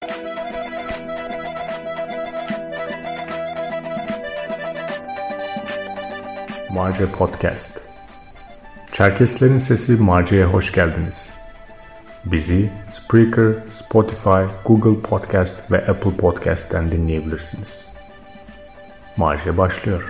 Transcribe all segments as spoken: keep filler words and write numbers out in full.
Marca Podcast. Çerkeslerin Sesi Marca'ya hoş geldiniz. Bizi Spreaker, Spotify, Google Podcast ve Apple Podcast'ten dinleyebilirsiniz. Marca başlıyor.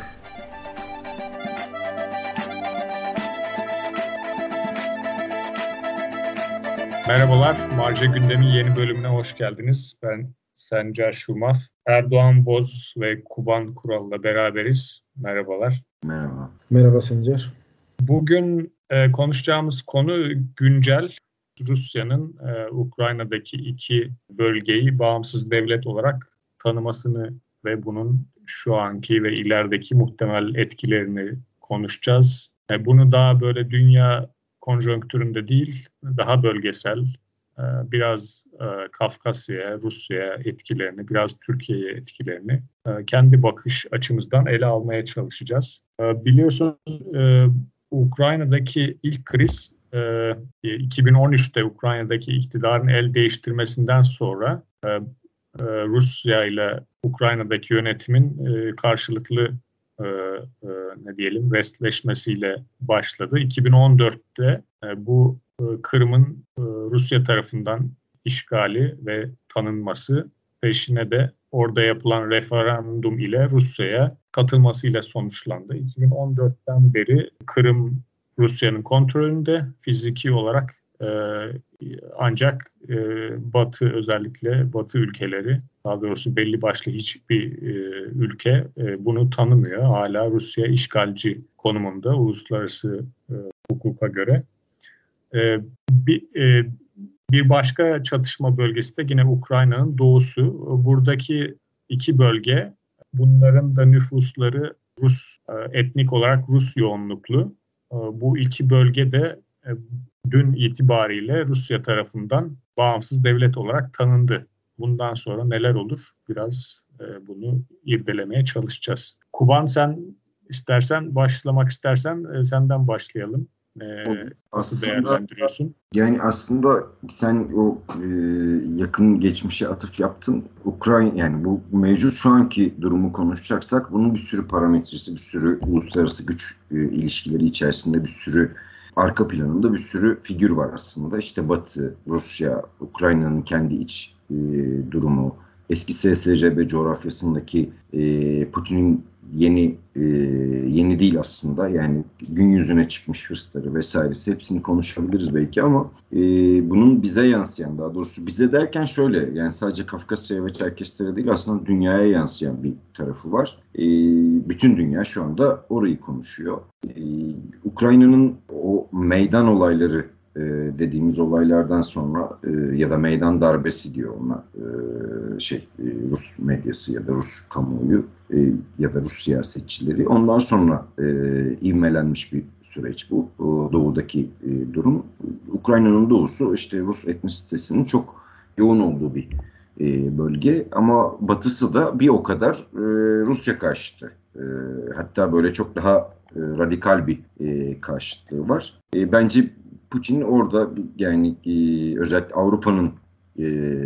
Merhabalar, Marca Gündem'in yeni bölümüne hoş geldiniz. Ben Sencer Şumaf, Erdoğan Boz ve Kuban Kural'la beraberiz. Merhabalar. Merhaba. Merhaba Sencer. Bugün e, konuşacağımız konu güncel. Rusya'nın e, Ukrayna'daki iki bölgeyi bağımsız devlet olarak tanımasını ve bunun şu anki ve ilerideki muhtemel etkilerini konuşacağız. E, bunu daha böyle dünya konjonktüründe değil, daha bölgesel, e, biraz e, Kafkasya'ya, Rusya'ya etkilerini, biraz Türkiye'ye etkilerini e, kendi bakış açımızdan ele almaya çalışacağız. E, biliyorsunuz e, Ukrayna'daki ilk kriz e, iki bin on üçte Ukrayna'daki iktidarın el değiştirmesinden sonra e, e, Rusya ile Ukrayna'daki yönetimin e, karşılıklı e, e, ne diyelim restleşmesiyle başladı. iki bin on dörtte e, bu e, Kırım'ın e, Rusya tarafından işgali ve tanınması, peşine de orada yapılan referandum ile Rusya'ya katılmasıyla sonuçlandı. iki bin on dörtten beri Kırım Rusya'nın kontrolünde fiziki olarak e, ancak e, Batı, özellikle Batı ülkeleri, daha doğrusu belli başlı hiçbir e, ülke e, bunu tanımıyor. Hala Rusya işgalci konumunda uluslararası e, hukuka göre. E, bir, e, bir başka çatışma bölgesi de yine Ukrayna'nın doğusu. Buradaki iki bölge, bunların da nüfusları Rus, e, etnik olarak Rus yoğunluklu. E, bu iki bölge de e, dün itibariyle Rusya tarafından bağımsız devlet olarak tanındı. Bundan sonra neler olur? Biraz e, bunu irdelemeye çalışacağız. Kuban, sen istersen başlamak istersen e, senden başlayalım. E, nasıl aslında, değerlendiriyorsun? Yani aslında sen o e, yakın geçmişe atıf yaptın. Ukrayna, yani bu mevcut şu anki durumu konuşacaksak bunun bir sürü parametresi, bir sürü uluslararası güç e, ilişkileri içerisinde bir sürü arka planında bir sürü figür var aslında. İşte Batı, Rusya, Ukrayna'nın kendi iç e, durumu, eski S S C B coğrafyasındaki e, Putin'in yeni e, yeni değil aslında, yani gün yüzüne çıkmış hırsları vesairesi, hepsini konuşabiliriz belki ama e, bunun bize yansıyan, daha doğrusu bize derken şöyle, yani sadece Kafkasya'ya ve Çerkeslere değil, aslında dünyaya yansıyan bir tarafı var. E, bütün dünya şu anda orayı konuşuyor. E, Ukrayna'nın o meydan olayları dediğimiz olaylardan sonra e, ya da meydan darbesi diyor ona e, şey e, Rus medyası ya da Rus kamuoyu e, ya da Rus siyasetçileri. Ondan sonra e, ivmelenmiş bir süreç bu. O, doğudaki e, durum. Ukrayna'nın doğusu işte Rus etnisitesinin çok yoğun olduğu bir e, bölge, ama batısı da bir o kadar e, Rusya karşıtı. E, hatta böyle çok daha e, radikal bir e, karşıtlığı var. E, bence Putin orada, yani e, özellikle Avrupa'nın e,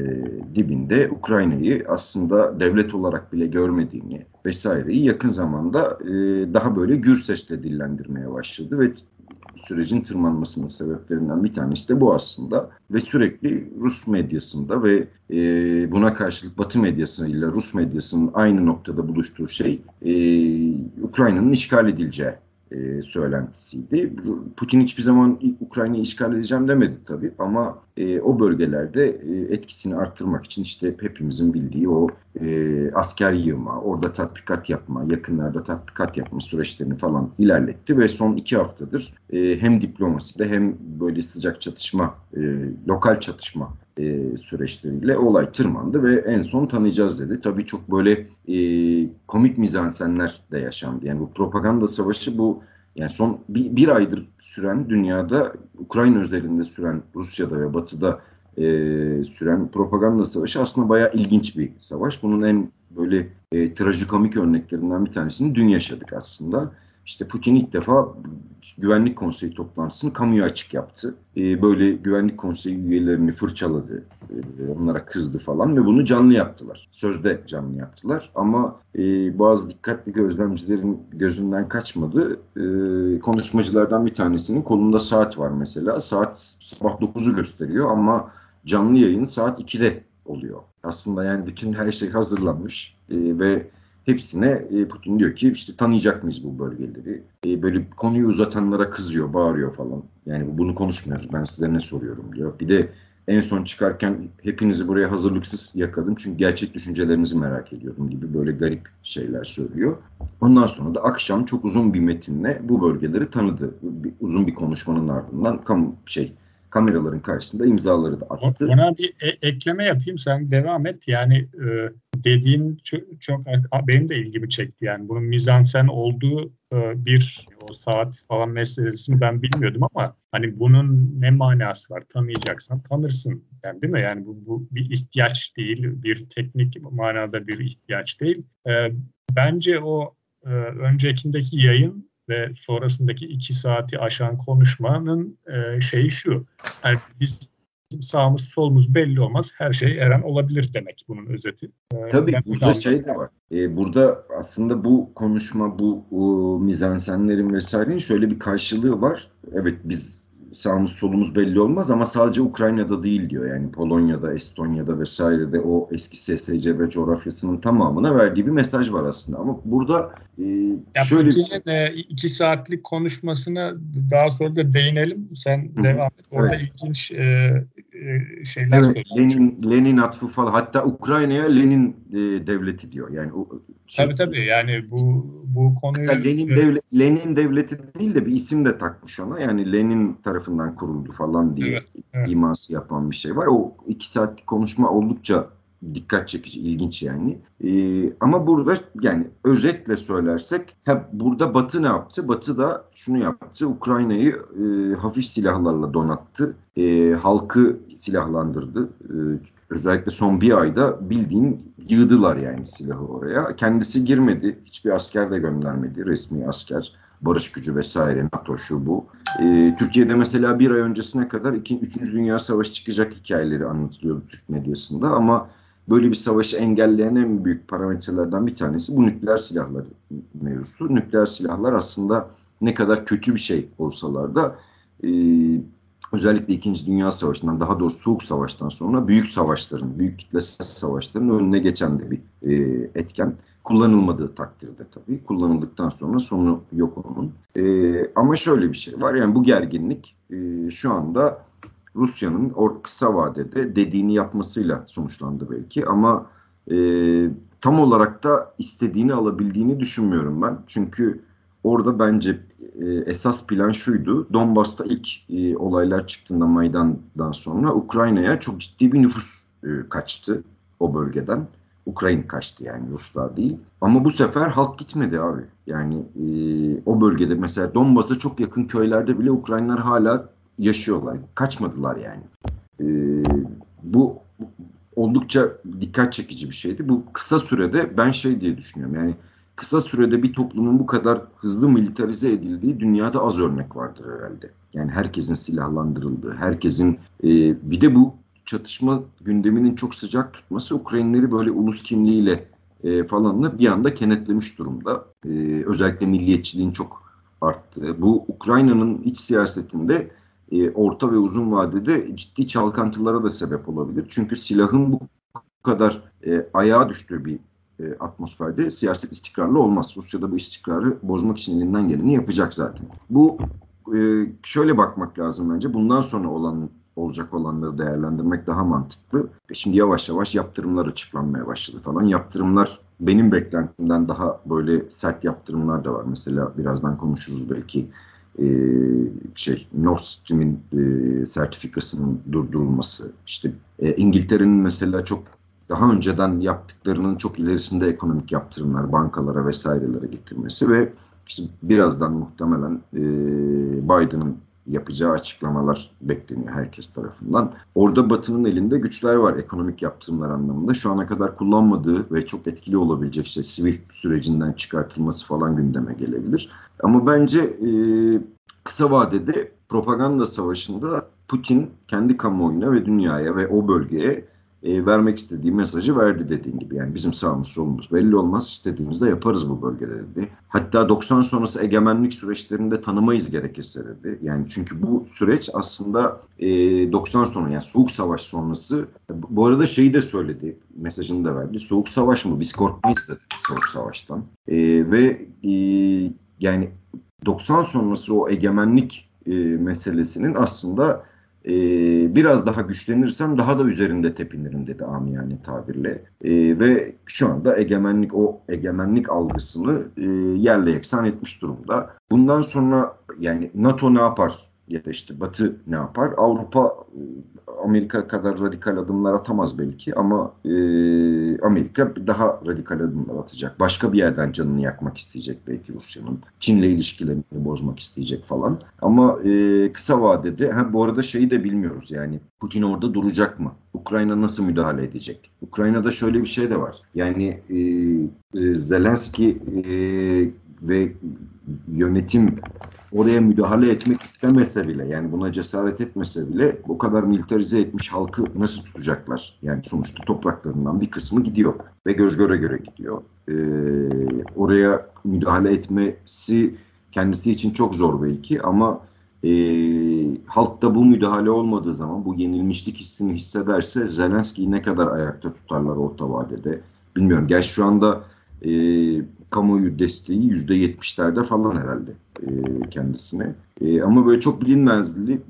dibinde Ukrayna'yı aslında devlet olarak bile görmediğini vesaireyi yakın zamanda e, daha böyle gür sesle dillendirmeye başladı ve sürecin tırmanmasının sebeplerinden bir tanesi de bu aslında. Ve sürekli Rus medyasında ve e, buna karşılık Batı medyasıyla Rus medyasının aynı noktada buluştuğu şey e, Ukrayna'nın işgal edileceği E, söylentisiydi. Putin hiçbir zaman Ukrayna'yı işgal edeceğim demedi tabii, ama e, o bölgelerde e, etkisini arttırmak için işte hepimizin bildiği o e, asker yığma, orada tatbikat yapma, yakınlarda tatbikat yapma süreçlerini falan ilerletti ve son iki haftadır e, hem diplomaside hem böyle sıcak çatışma, e, lokal çatışma e, süreçleriyle olay tırmandı ve en son tanıyacağız dedi. Tabii çok böyle e, komik mizansenler de yaşandı. Yani bu propaganda savaşı, bu yani son bir, bir aydır süren, dünyada Ukrayna üzerinde süren, Rusya'da ve Batı'da e, süren propaganda savaşı aslında bayağı ilginç bir savaş. Bunun en böyle e, trajikomik örneklerinden bir tanesini dün yaşadık aslında. İşte Putin ilk defa Güvenlik Konseyi toplantısını kamuya açık yaptı. E, böyle Güvenlik Konseyi üyelerini fırçaladı, e, onlara kızdı falan ve bunu canlı yaptılar. Sözde canlı yaptılar ama e, bazı dikkatli gözlemcilerin gözünden kaçmadı. E, konuşmacılardan bir tanesinin kolunda saat var mesela. Saat sabah dokuzu gösteriyor ama canlı yayın saat ikide oluyor. Aslında yani bütün her şey hazırlanmış e, ve hepsine e, Putin diyor ki işte tanıyacak mıyız bu bölgeleri? E, böyle konuyu uzatanlara kızıyor, bağırıyor falan. Yani bunu konuşmuyoruz, ben size ne soruyorum diyor. Bir de en son çıkarken hepinizi buraya hazırlıksız yakaladım çünkü gerçek düşüncelerinizi merak ediyordum gibi böyle garip şeyler söylüyor. Ondan sonra da akşam çok uzun bir metinle bu bölgeleri tanıdı. Bir, uzun bir konuşmanın ardından kam şey kameraların karşısında imzaları da attı. Ona bir e- ekleme yapayım, sen devam et. Yani e, dediğin çok, çok benim de ilgimi çekti. Yani bunun mizansen olduğu e, bir o saat falan meselesini ben bilmiyordum ama hani bunun ne manası var? Tanıyacaksan tanırsın. Yani değil mi? Yani bu, bu bir ihtiyaç değil, bir teknik manada bir ihtiyaç değil. E, bence o e, öncekindeki yayın ve sonrasındaki iki saati aşan konuşmanın e, şeyi şu. Yani biz sağımız solumuz belli olmaz. Her şey her an olabilir demek bunun özeti. Ee, Tabii ben burada şey de var. Ee, burada aslında bu konuşma, bu o, mizansenlerin vesairenin şöyle bir karşılığı var. Evet biz sağımız solumuz belli olmaz ama sadece Ukrayna'da değil diyor. Yani Polonya'da, Estonya'da vesairede o eski S S C B coğrafyasının tamamına verdiği bir mesaj var aslında. Ama burada e, ya şöyle bir şey. E, iki saatlik konuşmasına daha sonra da değinelim. Sen Hı-hı. devam et. Orada evet. ilginç e, e, şeyler evet, söylüyor. Lenin, Lenin atfı falan. Hatta Ukrayna'ya Lenin e, devleti diyor. Yani o şey, tabii tabii. Yani bu bu konuyu hatta Lenin, devlet, Lenin devleti değil de bir isim de takmış ona. Yani Lenin tarafından kuruldu falan diye evet, evet. iması yapan bir şey var. O iki saatlik konuşma oldukça dikkat çekici, ilginç yani. Ee, ama burada yani özetle söylersek hep burada Batı ne yaptı? Batı da şunu yaptı. Ukrayna'yı e, hafif silahlarla donattı. E, halkı silahlandırdı. E, özellikle son bir ayda bildiğin yığdılar yani silahı oraya. Kendisi girmedi. Hiçbir asker de göndermedi. Resmi asker, barış gücü vesaire, NATO şu bu. Ee, Türkiye'de mesela bir ay öncesine kadar iki, üçüncü Dünya Savaşı çıkacak hikayeleri anlatılıyordu Türk medyasında ama böyle bir savaşı engelleyen en büyük parametrelerden bir tanesi bu nükleer silahlar mevzusu. Nükleer silahlar aslında ne kadar kötü bir şey olsalar da e, özellikle İkinci Dünya Savaşı'ndan, daha doğrusu Soğuk Savaş'tan sonra büyük savaşların, büyük kitlesel savaşların önüne geçen de bir e, etken. Kullanılmadığı takdirde tabii. Kullanıldıktan sonra sonu yok onun. E, ama şöyle bir şey var. Yani bu gerginlik e, şu anda Rusya'nın or kısa vadede dediğini yapmasıyla sonuçlandı belki. Ama e, tam olarak da istediğini alabildiğini düşünmüyorum ben. Çünkü orada bence e, esas plan şuydu. Donbas'ta ilk e, olaylar çıktığında Maydan'dan sonra Ukrayna'ya çok ciddi bir nüfus e, kaçtı o bölgeden. Ukrayna kaçtı yani, Ruslar değil. Ama bu sefer halk gitmedi abi. Yani e, o bölgede mesela Donbas'a çok yakın köylerde bile Ukraynalılar hala yaşıyorlar. Kaçmadılar yani. E, bu oldukça dikkat çekici bir şeydi. Bu kısa sürede ben şey diye düşünüyorum. Yani kısa sürede bir toplumun bu kadar hızlı militarize edildiği dünyada az örnek vardır herhalde. Yani herkesin silahlandırıldığı, herkesin e, bir de bu çatışma gündeminin çok sıcak tutması Ukraynalıları böyle ulus kimliğiyle e, falanla bir anda kenetlemiş durumda. E, özellikle milliyetçiliğin çok arttığı. Bu Ukrayna'nın iç siyasetinde e, orta ve uzun vadede ciddi çalkantılara da sebep olabilir. Çünkü silahın bu kadar e, ayağa düştüğü bir e, atmosferde siyaset istikrarlı olmaz. Rusya'da bu istikrarı bozmak için elinden geleni yapacak zaten. Bu e, şöyle bakmak lazım bence. Bundan sonra olan olacak olanları değerlendirmek daha mantıklı. Ve şimdi yavaş yavaş yaptırımlar açıklanmaya başladı falan. Yaptırımlar benim beklentimden daha böyle sert yaptırımlar da var. Mesela birazdan konuşuruz belki. Ee, şey Nord Stream'in e, sertifikasının durdurulması. İşte e, İngiltere'nin mesela çok daha önceden yaptıklarının çok ilerisinde ekonomik yaptırımlar bankalara vesairelere getirmesi ve işte birazdan muhtemelen e, Biden'ın yapacağı açıklamalar bekleniyor herkes tarafından. Orada Batı'nın elinde güçler var ekonomik yaptırımlar anlamında. Şu ana kadar kullanmadığı ve çok etkili olabilecek işte SWIFT sürecinden çıkartılması falan gündeme gelebilir. Ama bence e, kısa vadede propaganda savaşında Putin kendi kamuoyuna ve dünyaya ve o bölgeye e, vermek istediği mesajı verdi dediğin gibi. Yani bizim sağımız solumuz belli olmaz, istediğimizde yaparız bu bölgede dedi. Hatta doksan sonrası egemenlik süreçlerinde tanımayız gerekirse dedi. Yani çünkü bu süreç aslında e, doksan sonra yani Soğuk Savaş sonrası, bu arada şeyi de söyledi, mesajını da verdi. Soğuk Savaş mı? Biz korkmayız dedi Soğuk Savaş'tan. E, ve e, yani doksan sonrası o egemenlik e, meselesinin aslında e, biraz daha güçlenirsem daha da üzerinde tepinirim dedi amiyane tabirle. E, ve şu anda egemenlik o egemenlik algısını e, yerle yeksan etmiş durumda. Bundan sonra yani NATO ne yapar ya da işte Batı ne yapar? Avrupa Amerika kadar radikal adımlar atamaz belki ama e, Amerika daha radikal adımlar atacak. Başka bir yerden canını yakmak isteyecek belki Rusya'nın. Çin'le ilişkilerini bozmak isteyecek falan. Ama e, kısa vadede, ha, bu arada şeyi de bilmiyoruz yani Putin orada duracak mı? Ukrayna nasıl müdahale edecek? Ukrayna'da şöyle bir şey de var. Yani e, e, Zelenski e, ve yönetim oraya müdahale etmek istemese bile, yani buna cesaret etmese bile o kadar militarize etmiş halkı nasıl tutacaklar? Yani sonuçta topraklarından bir kısmı gidiyor ve göz göre göre gidiyor. Ee, oraya müdahale etmesi kendisi için çok zor belki ama e, halkta bu müdahale olmadığı zaman, bu yenilmişlik hissini hissederse Zelenski'yi ne kadar ayakta tutarlar orta vadede bilmiyorum. Gerçi şu anda e, kamuoyu desteği yüzde yetmişlerde falan herhalde e, kendisine. E, ama böyle çok bilinmezli,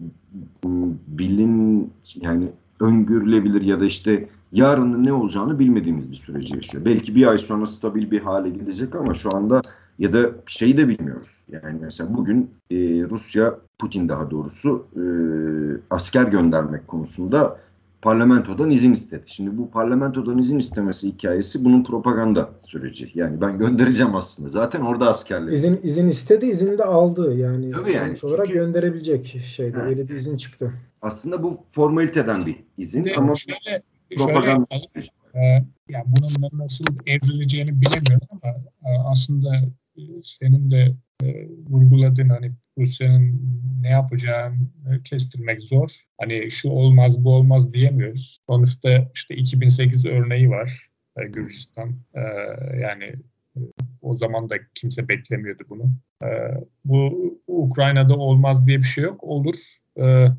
bilin yani öngörülebilir ya da işte yarının ne olacağını bilmediğimiz bir süreci yaşıyor. Belki bir ay sonra stabil bir hale gelecek ama şu anda ya da şeyi de bilmiyoruz. Yani mesela bugün e, Rusya, Putin daha doğrusu e, asker göndermek konusunda parlamentodan izin istedi. Şimdi bu parlamentodan izin istemesi hikayesi bunun propaganda süreci. Yani ben göndereceğim aslında. Zaten orada askerler. İzin izin istedi, izin de aldı. Yani tabii yani sonuç olarak çünkü, gönderebilecek şeyde yani, öyle bir izin çıktı. Aslında bu formaliteden bir izin Şimdi ama şöyle, propaganda şöyle, süreci. e, yani bunun nasıl evrileceğini bilemiyoruz ama e, aslında e, senin de e, vurguladığın hani Rusya'nın ne yapacağını kestirmek zor. Hani şu olmaz bu olmaz diyemiyoruz. Sonuçta işte iki bin sekiz örneği var e, Gürcistan. E, yani e, o zaman da kimse beklemiyordu bunu. E, bu Ukrayna'da olmaz diye bir şey yok. Olur. E, e,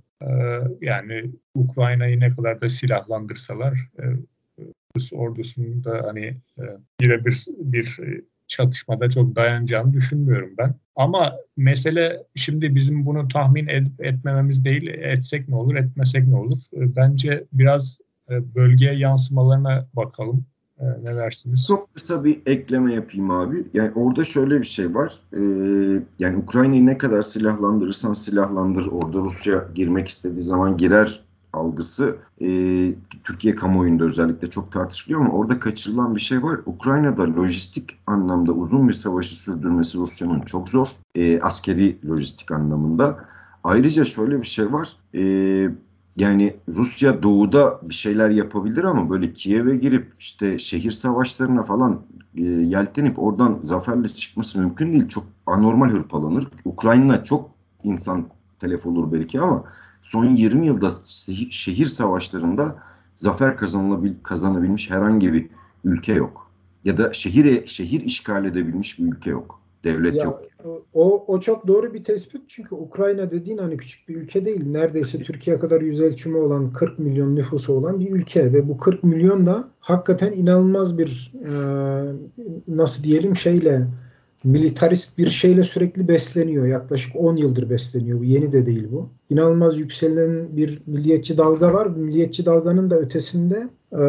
yani Ukrayna'yı ne kadar da silahlandırsalar e, Rus ordusunun da hani e, birebir bir çatışmada çok dayanacağını düşünmüyorum ben. Ama mesele şimdi bizim bunu tahmin edip etmememiz değil, etsek ne olur, etmesek ne olur? Bence biraz bölgeye yansımalarına bakalım. Ne dersiniz? Çok kısa bir ekleme yapayım abi. Yani orada şöyle bir şey var. Ee, yani Ukrayna'yı ne kadar silahlandırırsan silahlandır, orada Rusya girmek istediği zaman girer algısı e, Türkiye kamuoyunda özellikle çok tartışılıyor ama orada kaçırılan bir şey var. Ukrayna'da lojistik anlamda uzun bir savaşı sürdürmesi Rusya'nın çok zor. E, askeri lojistik anlamında. Ayrıca şöyle bir şey var. E, yani Rusya doğuda bir şeyler yapabilir ama böyle Kiev'e girip işte şehir savaşlarına falan e, yeltenip oradan zaferle çıkması mümkün değil. Çok anormal hırpalanır. Ukrayna çok insan telef olur belki ama son yirmi yılda şehir savaşlarında zafer kazanılabil, kazanabilmiş herhangi bir ülke yok. Ya da şehir şehir işgal edebilmiş bir ülke yok. Devlet ya, yok. O, o çok doğru bir tespit çünkü Ukrayna dediğin hani küçük bir ülke değil. Neredeyse Türkiye kadar yüz ölçümü olan kırk milyon nüfusu olan bir ülke ve bu kırk milyon da hakikaten inanılmaz bir e, nasıl diyelim şeyle militarist bir şeyle sürekli besleniyor. Yaklaşık on yıldır besleniyor. Bu yeni de değil bu. İnanılmaz yükselen bir milliyetçi dalga var. Milliyetçi dalganın da ötesinde e,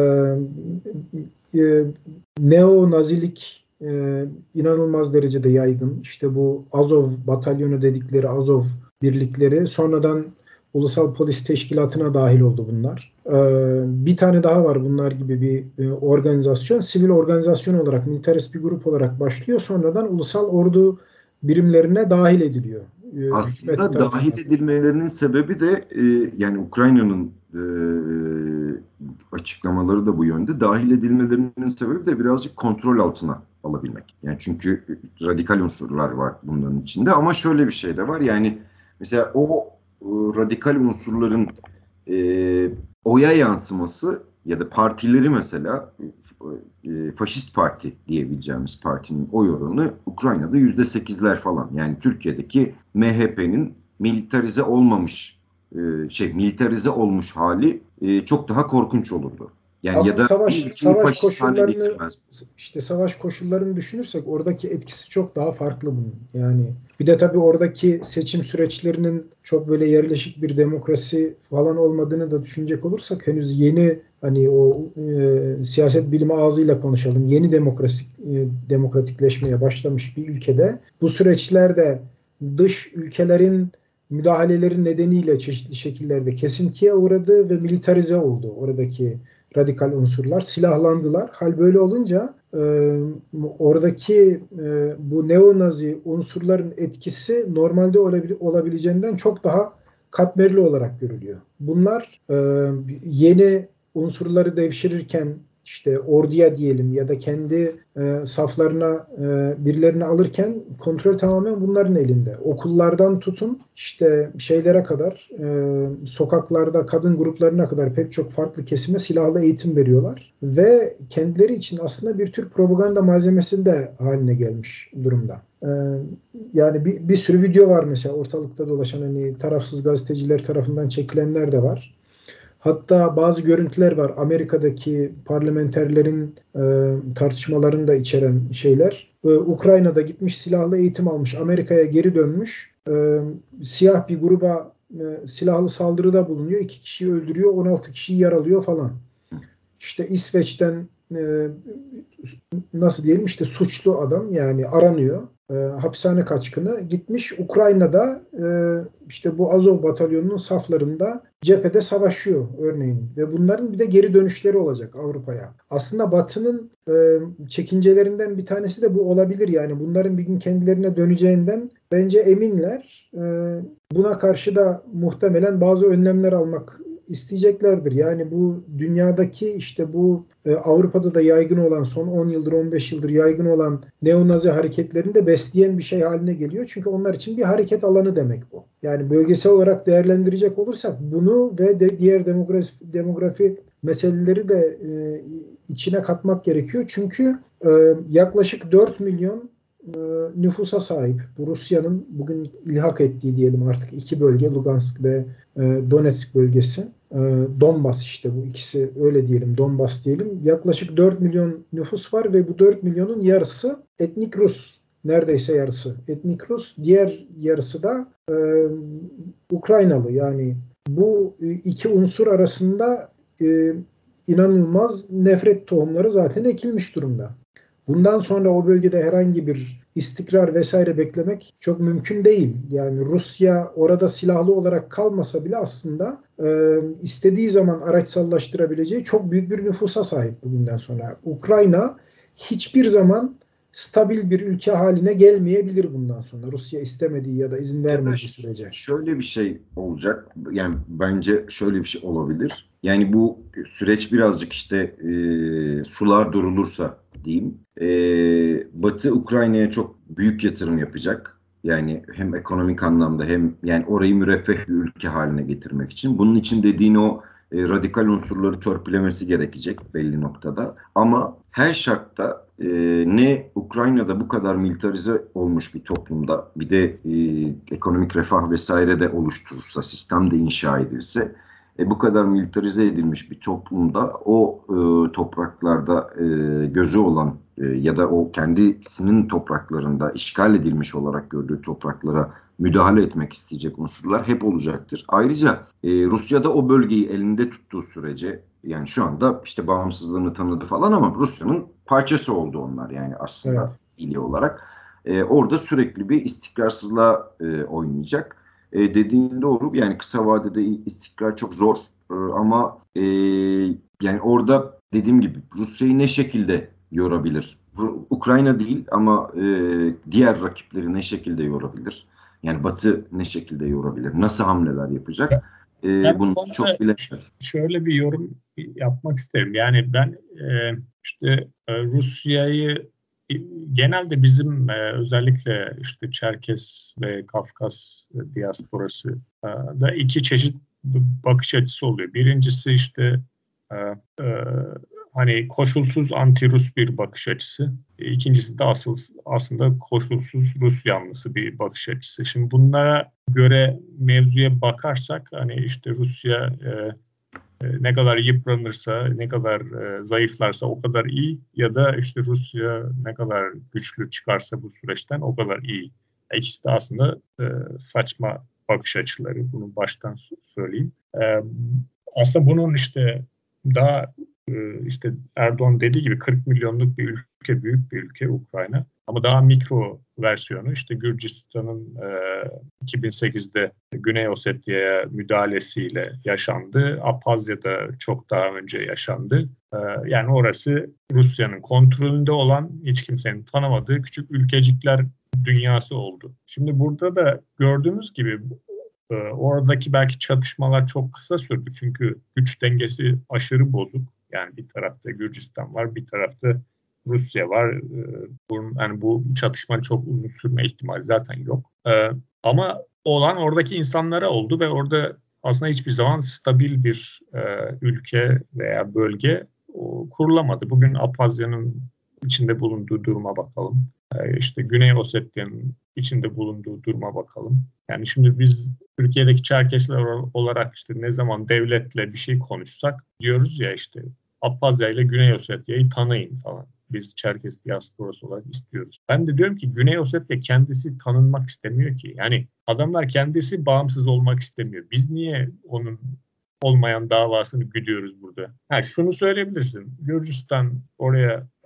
e, neo-nazilik Ee, inanılmaz derecede yaygın. İşte bu Azov batalyonu dedikleri Azov birlikleri sonradan Ulusal Polis Teşkilatı'na dahil oldu bunlar. Ee, bir tane daha var bunlar gibi bir e, organizasyon. Sivil organizasyon olarak, militarist bir grup olarak başlıyor. Sonradan ulusal ordu birimlerine dahil ediliyor. e, aslında dahil edilmelerinin sebebi de e, yani Ukrayna'nın e, açıklamaları da bu yönde. Dahil edilmelerinin sebebi de birazcık kontrol altına alabilmek. Yani çünkü radikal unsurlar var bunların içinde ama şöyle bir şey de var. Yani mesela o e, radikal unsurların e, oya yansıması ya da partileri mesela e, faşist parti diyebileceğimiz partinin oy oranı Ukrayna'da yüzde sekizler falan. Yani Türkiye'deki M H P'nin militarize olmamış e, şey militarize olmuş hali e, çok daha korkunç olurdu. Yani Ama ya da savaş savaş koşullarını getirmez. işte savaş koşullarını düşünürsek oradaki etkisi çok daha farklı bunun. Yani bir de tabii oradaki seçim süreçlerinin çok böyle yerleşik bir demokrasi falan olmadığını da düşünecek olursak henüz yeni hani o e, siyaset bilimi ağzıyla konuşalım. Yeni demokrasi e, demokratikleşmeye başlamış bir ülkede bu süreçlerde dış ülkelerin müdahaleleri nedeniyle çeşitli şekillerde kesintiye uğradı ve militarize oldu oradaki radikal unsurlar. Silahlandılar. Hal böyle olunca e, oradaki e, bu neonazi unsurların etkisi normalde olabil- olabileceğinden çok daha katmerli olarak görülüyor. Bunlar e, yeni unsurları devşirirken işte orduya diyelim ya da kendi e, saflarına e, birilerini alırken kontrol tamamen bunların elinde. Okullardan tutun işte şeylere kadar e, sokaklarda kadın gruplarına kadar pek çok farklı kesime silahlı eğitim veriyorlar. Ve kendileri için aslında bir tür propaganda malzemesi de haline gelmiş durumda. E, yani bir, bir sürü video var mesela ortalıkta dolaşan hani tarafsız gazeteciler tarafından çekilenler de var. Hatta bazı görüntüler var. Amerika'daki parlamenterlerin e, tartışmalarını da içeren şeyler. E, Ukrayna'da gitmiş silahlı eğitim almış. Amerika'ya geri dönmüş. E, siyah bir gruba e, silahlı saldırıda bulunuyor. İki kişiyi öldürüyor. on altı kişiyi yaralıyor falan. İşte İsveç'ten e, nasıl diyelim işte suçlu adam yani aranıyor. E, hapishane kaçkını gitmiş Ukrayna'da e, işte bu Azov batalyonunun saflarında cephede savaşıyor örneğin ve bunların bir de geri dönüşleri olacak Avrupa'ya. Aslında Batı'nın e, çekincelerinden bir tanesi de bu olabilir yani bunların bir gün kendilerine döneceğinden bence eminler. E, buna karşı da muhtemelen bazı önlemler almak isteyeceklerdir. Yani bu dünyadaki işte bu e, Avrupa'da da yaygın olan son on yıldır on beş yıldır yaygın olan neonazi hareketlerini de besleyen bir şey haline geliyor. Çünkü onlar için bir hareket alanı demek bu. Yani bölgesel olarak değerlendirecek olursak bunu ve de diğer demografi, demografi meseleleri de e, içine katmak gerekiyor. Çünkü e, yaklaşık dört milyon e, nüfusa sahip bu Rusya'nın bugün ilhak ettiği diyelim artık iki bölge Lugansk ve e, Donetsk bölgesi. E, Donbas işte bu ikisi öyle diyelim Donbas diyelim. Yaklaşık dört milyon nüfus var ve bu dört milyonun yarısı etnik Rus. Neredeyse yarısı etnik Rus. Diğer yarısı da e, Ukraynalı. Yani bu iki unsur arasında e, inanılmaz nefret tohumları zaten ekilmiş durumda. Bundan sonra o bölgede herhangi bir istikrar vesaire beklemek çok mümkün değil. Yani Rusya orada silahlı olarak kalmasa bile aslında e, istediği zaman araçsallaştırabileceği çok büyük bir nüfusa sahip bugünden sonra. Ukrayna hiçbir zaman stabil bir ülke haline gelmeyebilir bundan sonra. Rusya istemediği ya da izin vermediği sürece. Şöyle bir şey olacak. Yani bence şöyle bir şey olabilir. Yani bu süreç birazcık işte e, sular durulursa diyeyim. E, Batı Ukrayna'ya çok büyük yatırım yapacak. Yani hem ekonomik anlamda hem yani orayı müreffeh bir ülke haline getirmek için. Bunun için dediğin o e, radikal unsurları törpülemesi gerekecek belli noktada. Ama her şartta e, ne Ukrayna'da bu kadar militarize olmuş bir toplumda bir de e, ekonomik refah vesaire de oluşturursa, sistem de inşa edilse e, bu kadar militarize edilmiş bir toplumda o e, topraklarda e, gözü olan e, ya da o kendisinin topraklarında işgal edilmiş olarak gördüğü topraklara müdahale etmek isteyecek unsurlar hep olacaktır. Ayrıca e, Rusya'da o bölgeyi elinde tuttuğu sürece yani şu anda işte bağımsızlığını tanıdı falan ama Rusya'nın parçası oldu onlar yani aslında evet. ili olarak. E, orada sürekli bir istikrarsızlığa e, oynayacak. E, dediğin doğru yani kısa vadede istikrar çok zor e, ama e, yani orada dediğim gibi Rusya'yı ne şekilde yorabilir? Ukrayna değil ama e, diğer rakipleri ne şekilde yorabilir? Yani Batı ne şekilde yorabilir? Nasıl hamleler yapacak? Ee, bunu çok bilemiyoruz. Şöyle bir yorum yapmak isterim. Yani ben e, işte e, Rusya'yı e, genelde bizim e, özellikle işte Çerkes ve Kafkas e, diasporası e, da iki çeşit bakış açısı oluyor. Birincisi işte e, e, hani koşulsuz anti-Rus bir bakış açısı. İkincisi de asıl aslında koşulsuz Rus yanlısı bir bakış açısı. Şimdi bunlara göre mevzuya bakarsak hani işte Rusya e, e, ne kadar yıpranırsa, ne kadar e, zayıflarsa o kadar iyi ya da işte Rusya ne kadar güçlü çıkarsa bu süreçten o kadar iyi. İkisi de aslında e, saçma bakış açıları. Bunu baştan söyleyeyim. E, aslında bunun işte daha işte Erdoğan dediği gibi kırk milyonluk bir ülke, büyük bir ülke Ukrayna. Ama daha mikro versiyonu işte Gürcistan'ın e, iki bin sekizde Güney Osetya'ya müdahalesiyle yaşandı. Abhazya'da çok daha önce yaşandı. E, yani orası Rusya'nın kontrolünde olan, hiç kimsenin tanımadığı küçük ülkecikler dünyası oldu. Şimdi burada da gördüğümüz gibi oradaki belki çatışmalar çok kısa sürdü. Çünkü güç dengesi aşırı bozuk. Yani bir tarafta Gürcistan var, bir tarafta Rusya var. Bunun, yani bu çatışma çok uzun sürme ihtimali zaten yok. Ama olan oradaki insanlara oldu ve orada aslında hiçbir zaman stabil bir ülke veya bölge kurulamadı. Bugün Abhazya'nın içinde bulunduğu duruma bakalım. İşte Güney Osetya'nın içinde bulunduğu duruma bakalım. Yani şimdi biz Türkiye'deki Çerkesler olarak işte ne zaman devletle bir şey konuşsak diyoruz ya işte Abhazya ile Güney Osetya'yı tanıyın falan. Biz Çerkes diasporası olarak istiyoruz. Ben de diyorum ki Güney Ossetya kendisi tanınmak istemiyor ki. Yani adamlar kendisi bağımsız olmak istemiyor. Biz niye onun olmayan davasını güdüyoruz burada? Ha, şunu söyleyebilirsin. Gürcistan oraya e,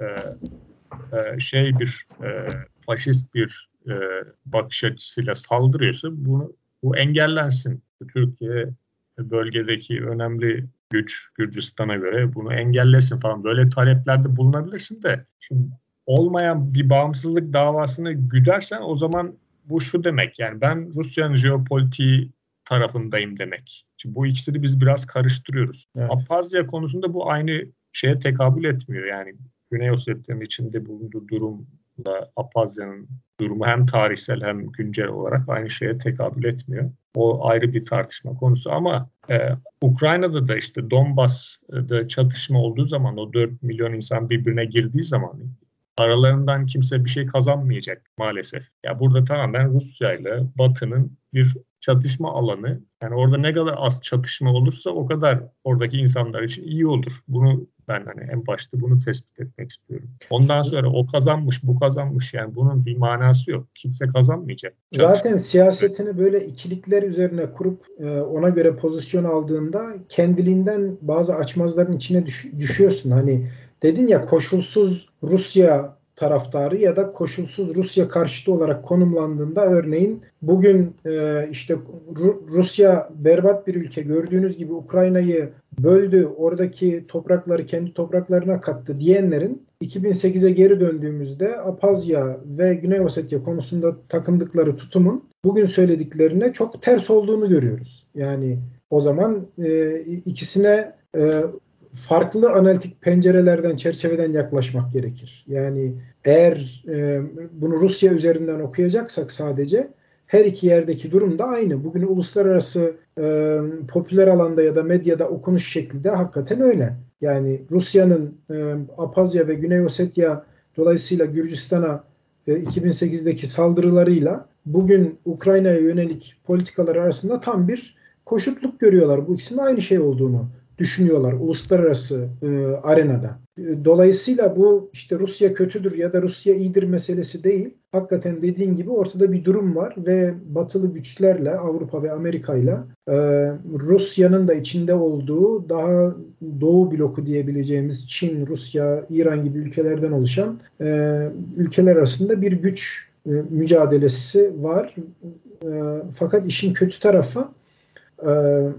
e, şey bir e, faşist bir e, bakış açısıyla saldırıyorsa bunu bu engellensin. Türkiye bölgedeki önemli güç Gürcistan'a göre bunu engellesin falan. Böyle taleplerde bulunabilirsin de şimdi olmayan bir bağımsızlık davasını güdersen o zaman bu şu demek. Yani ben Rusya'nın jeopolitiği tarafındayım demek. Şimdi bu ikisini biz biraz karıştırıyoruz. Evet. Abhazya konusunda bu aynı şeye tekabül etmiyor. Yani Güney Osetya'nın içinde bulunduğu durumla Abhazya'nın durumu hem tarihsel hem güncel olarak aynı şeye tekabül etmiyor. O ayrı bir tartışma konusu ama e, Ukrayna'da da işte Donbas'da çatışma olduğu zaman o dört milyon insan birbirine girdiği zaman aralarından kimse bir şey kazanmayacak maalesef. Ya burada tamamen Rusya ile Batı'nın bir çatışma alanı. Yani orada ne kadar az çatışma olursa o kadar oradaki insanlar için iyi olur. Bunu ben hani en başta bunu tespit etmek istiyorum. Ondan sonra o kazanmış, bu kazanmış. Yani bunun bir manası yok. Kimse kazanmayacak. Zaten çatışma. Siyasetini böyle ikilikler üzerine kurup ona göre pozisyon aldığında kendiliğinden bazı açmazların içine düş- düşüyorsun. Hani dedin ya koşulsuz Rusya taraftarı ya da koşulsuz Rusya karşıtı olarak konumlandığında örneğin bugün e, işte Ru- Rusya berbat bir ülke, gördüğünüz gibi Ukrayna'yı böldü, oradaki toprakları kendi topraklarına kattı diyenlerin iki bin sekize geri döndüğümüzde Abhazya ve Güney Osetya konusunda takındıkları tutumun bugün söylediklerine çok ters olduğunu görüyoruz. Yani o zaman e, ikisine e, farklı analitik pencerelerden, çerçeveden yaklaşmak gerekir. Yani eğer e, bunu Rusya üzerinden okuyacaksak sadece her iki yerdeki durum da aynı. Bugün uluslararası e, popüler alanda ya da medyada okunuş şekli de hakikaten öyle. Yani Rusya'nın e, Abhazya ve Güney Osetya dolayısıyla Gürcistan'a e, iki bin sekizdeki saldırılarıyla bugün Ukrayna'ya yönelik politikalar arasında tam bir koşutluk görüyorlar. Bu ikisinin aynı şey olduğunu düşünüyorlar uluslararası e, arenada. E, dolayısıyla bu işte Rusya kötüdür ya da Rusya iyidir meselesi değil. Hakikaten dediğin gibi ortada bir durum var ve batılı güçlerle Avrupa ve Amerika'yla e, Rusya'nın da içinde olduğu daha Doğu bloku diyebileceğimiz Çin, Rusya, İran gibi ülkelerden oluşan e, ülkeler arasında bir güç e, mücadelesi var. E, fakat işin kötü tarafı e,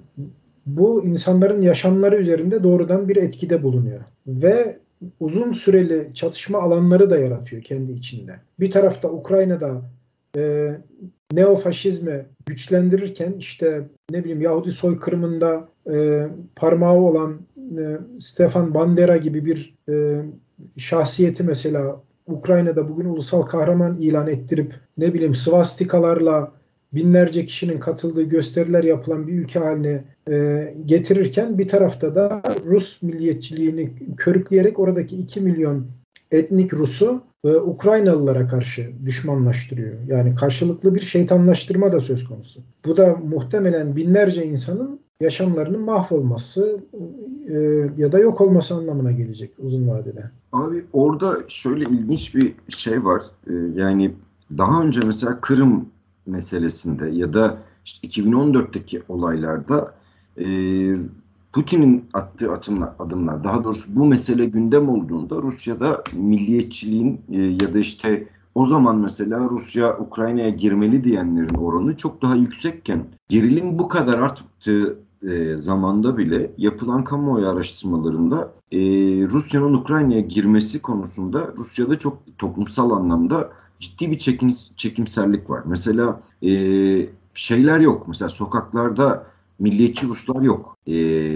bu insanların yaşamları üzerinde doğrudan bir etkide bulunuyor. Ve uzun süreli çatışma alanları da yaratıyor kendi içinde. Bir tarafta Ukrayna'da e, neofaşizmi güçlendirirken işte ne bileyim Yahudi soykırımında e, parmağı olan e, Stefan Bandera gibi bir e, şahsiyeti mesela Ukrayna'da bugün ulusal kahraman ilan ettirip ne bileyim svastikalarla binlerce kişinin katıldığı gösteriler yapılan bir ülke haline e, getirirken bir tarafta da Rus milliyetçiliğini körükleyerek oradaki iki milyon etnik Rus'u e, Ukraynalılara karşı düşmanlaştırıyor. Yani karşılıklı bir şeytanlaştırma da söz konusu. Bu da muhtemelen binlerce insanın yaşamlarının mahvolması e, ya da yok olması anlamına gelecek uzun vadede. Abi orada şöyle ilginç bir şey var. Ee, yani daha önce mesela Kırım meselesinde ya da işte iki bin on dörtteki olaylarda e, Putin'in attığı adımlar, adımlar, daha doğrusu bu mesele gündem olduğunda Rusya'da milliyetçiliğin e, ya da işte o zaman mesela Rusya Ukrayna'ya girmeli diyenlerin oranı çok daha yüksekken gerilim bu kadar arttığı e, zamanda bile yapılan kamuoyu araştırmalarında e, Rusya'nın Ukrayna'ya girmesi konusunda Rusya'da çok toplumsal anlamda ciddi bir çekim, çekimserlik var. Mesela e, şeyler yok. Mesela sokaklarda milliyetçi Ruslar yok. E,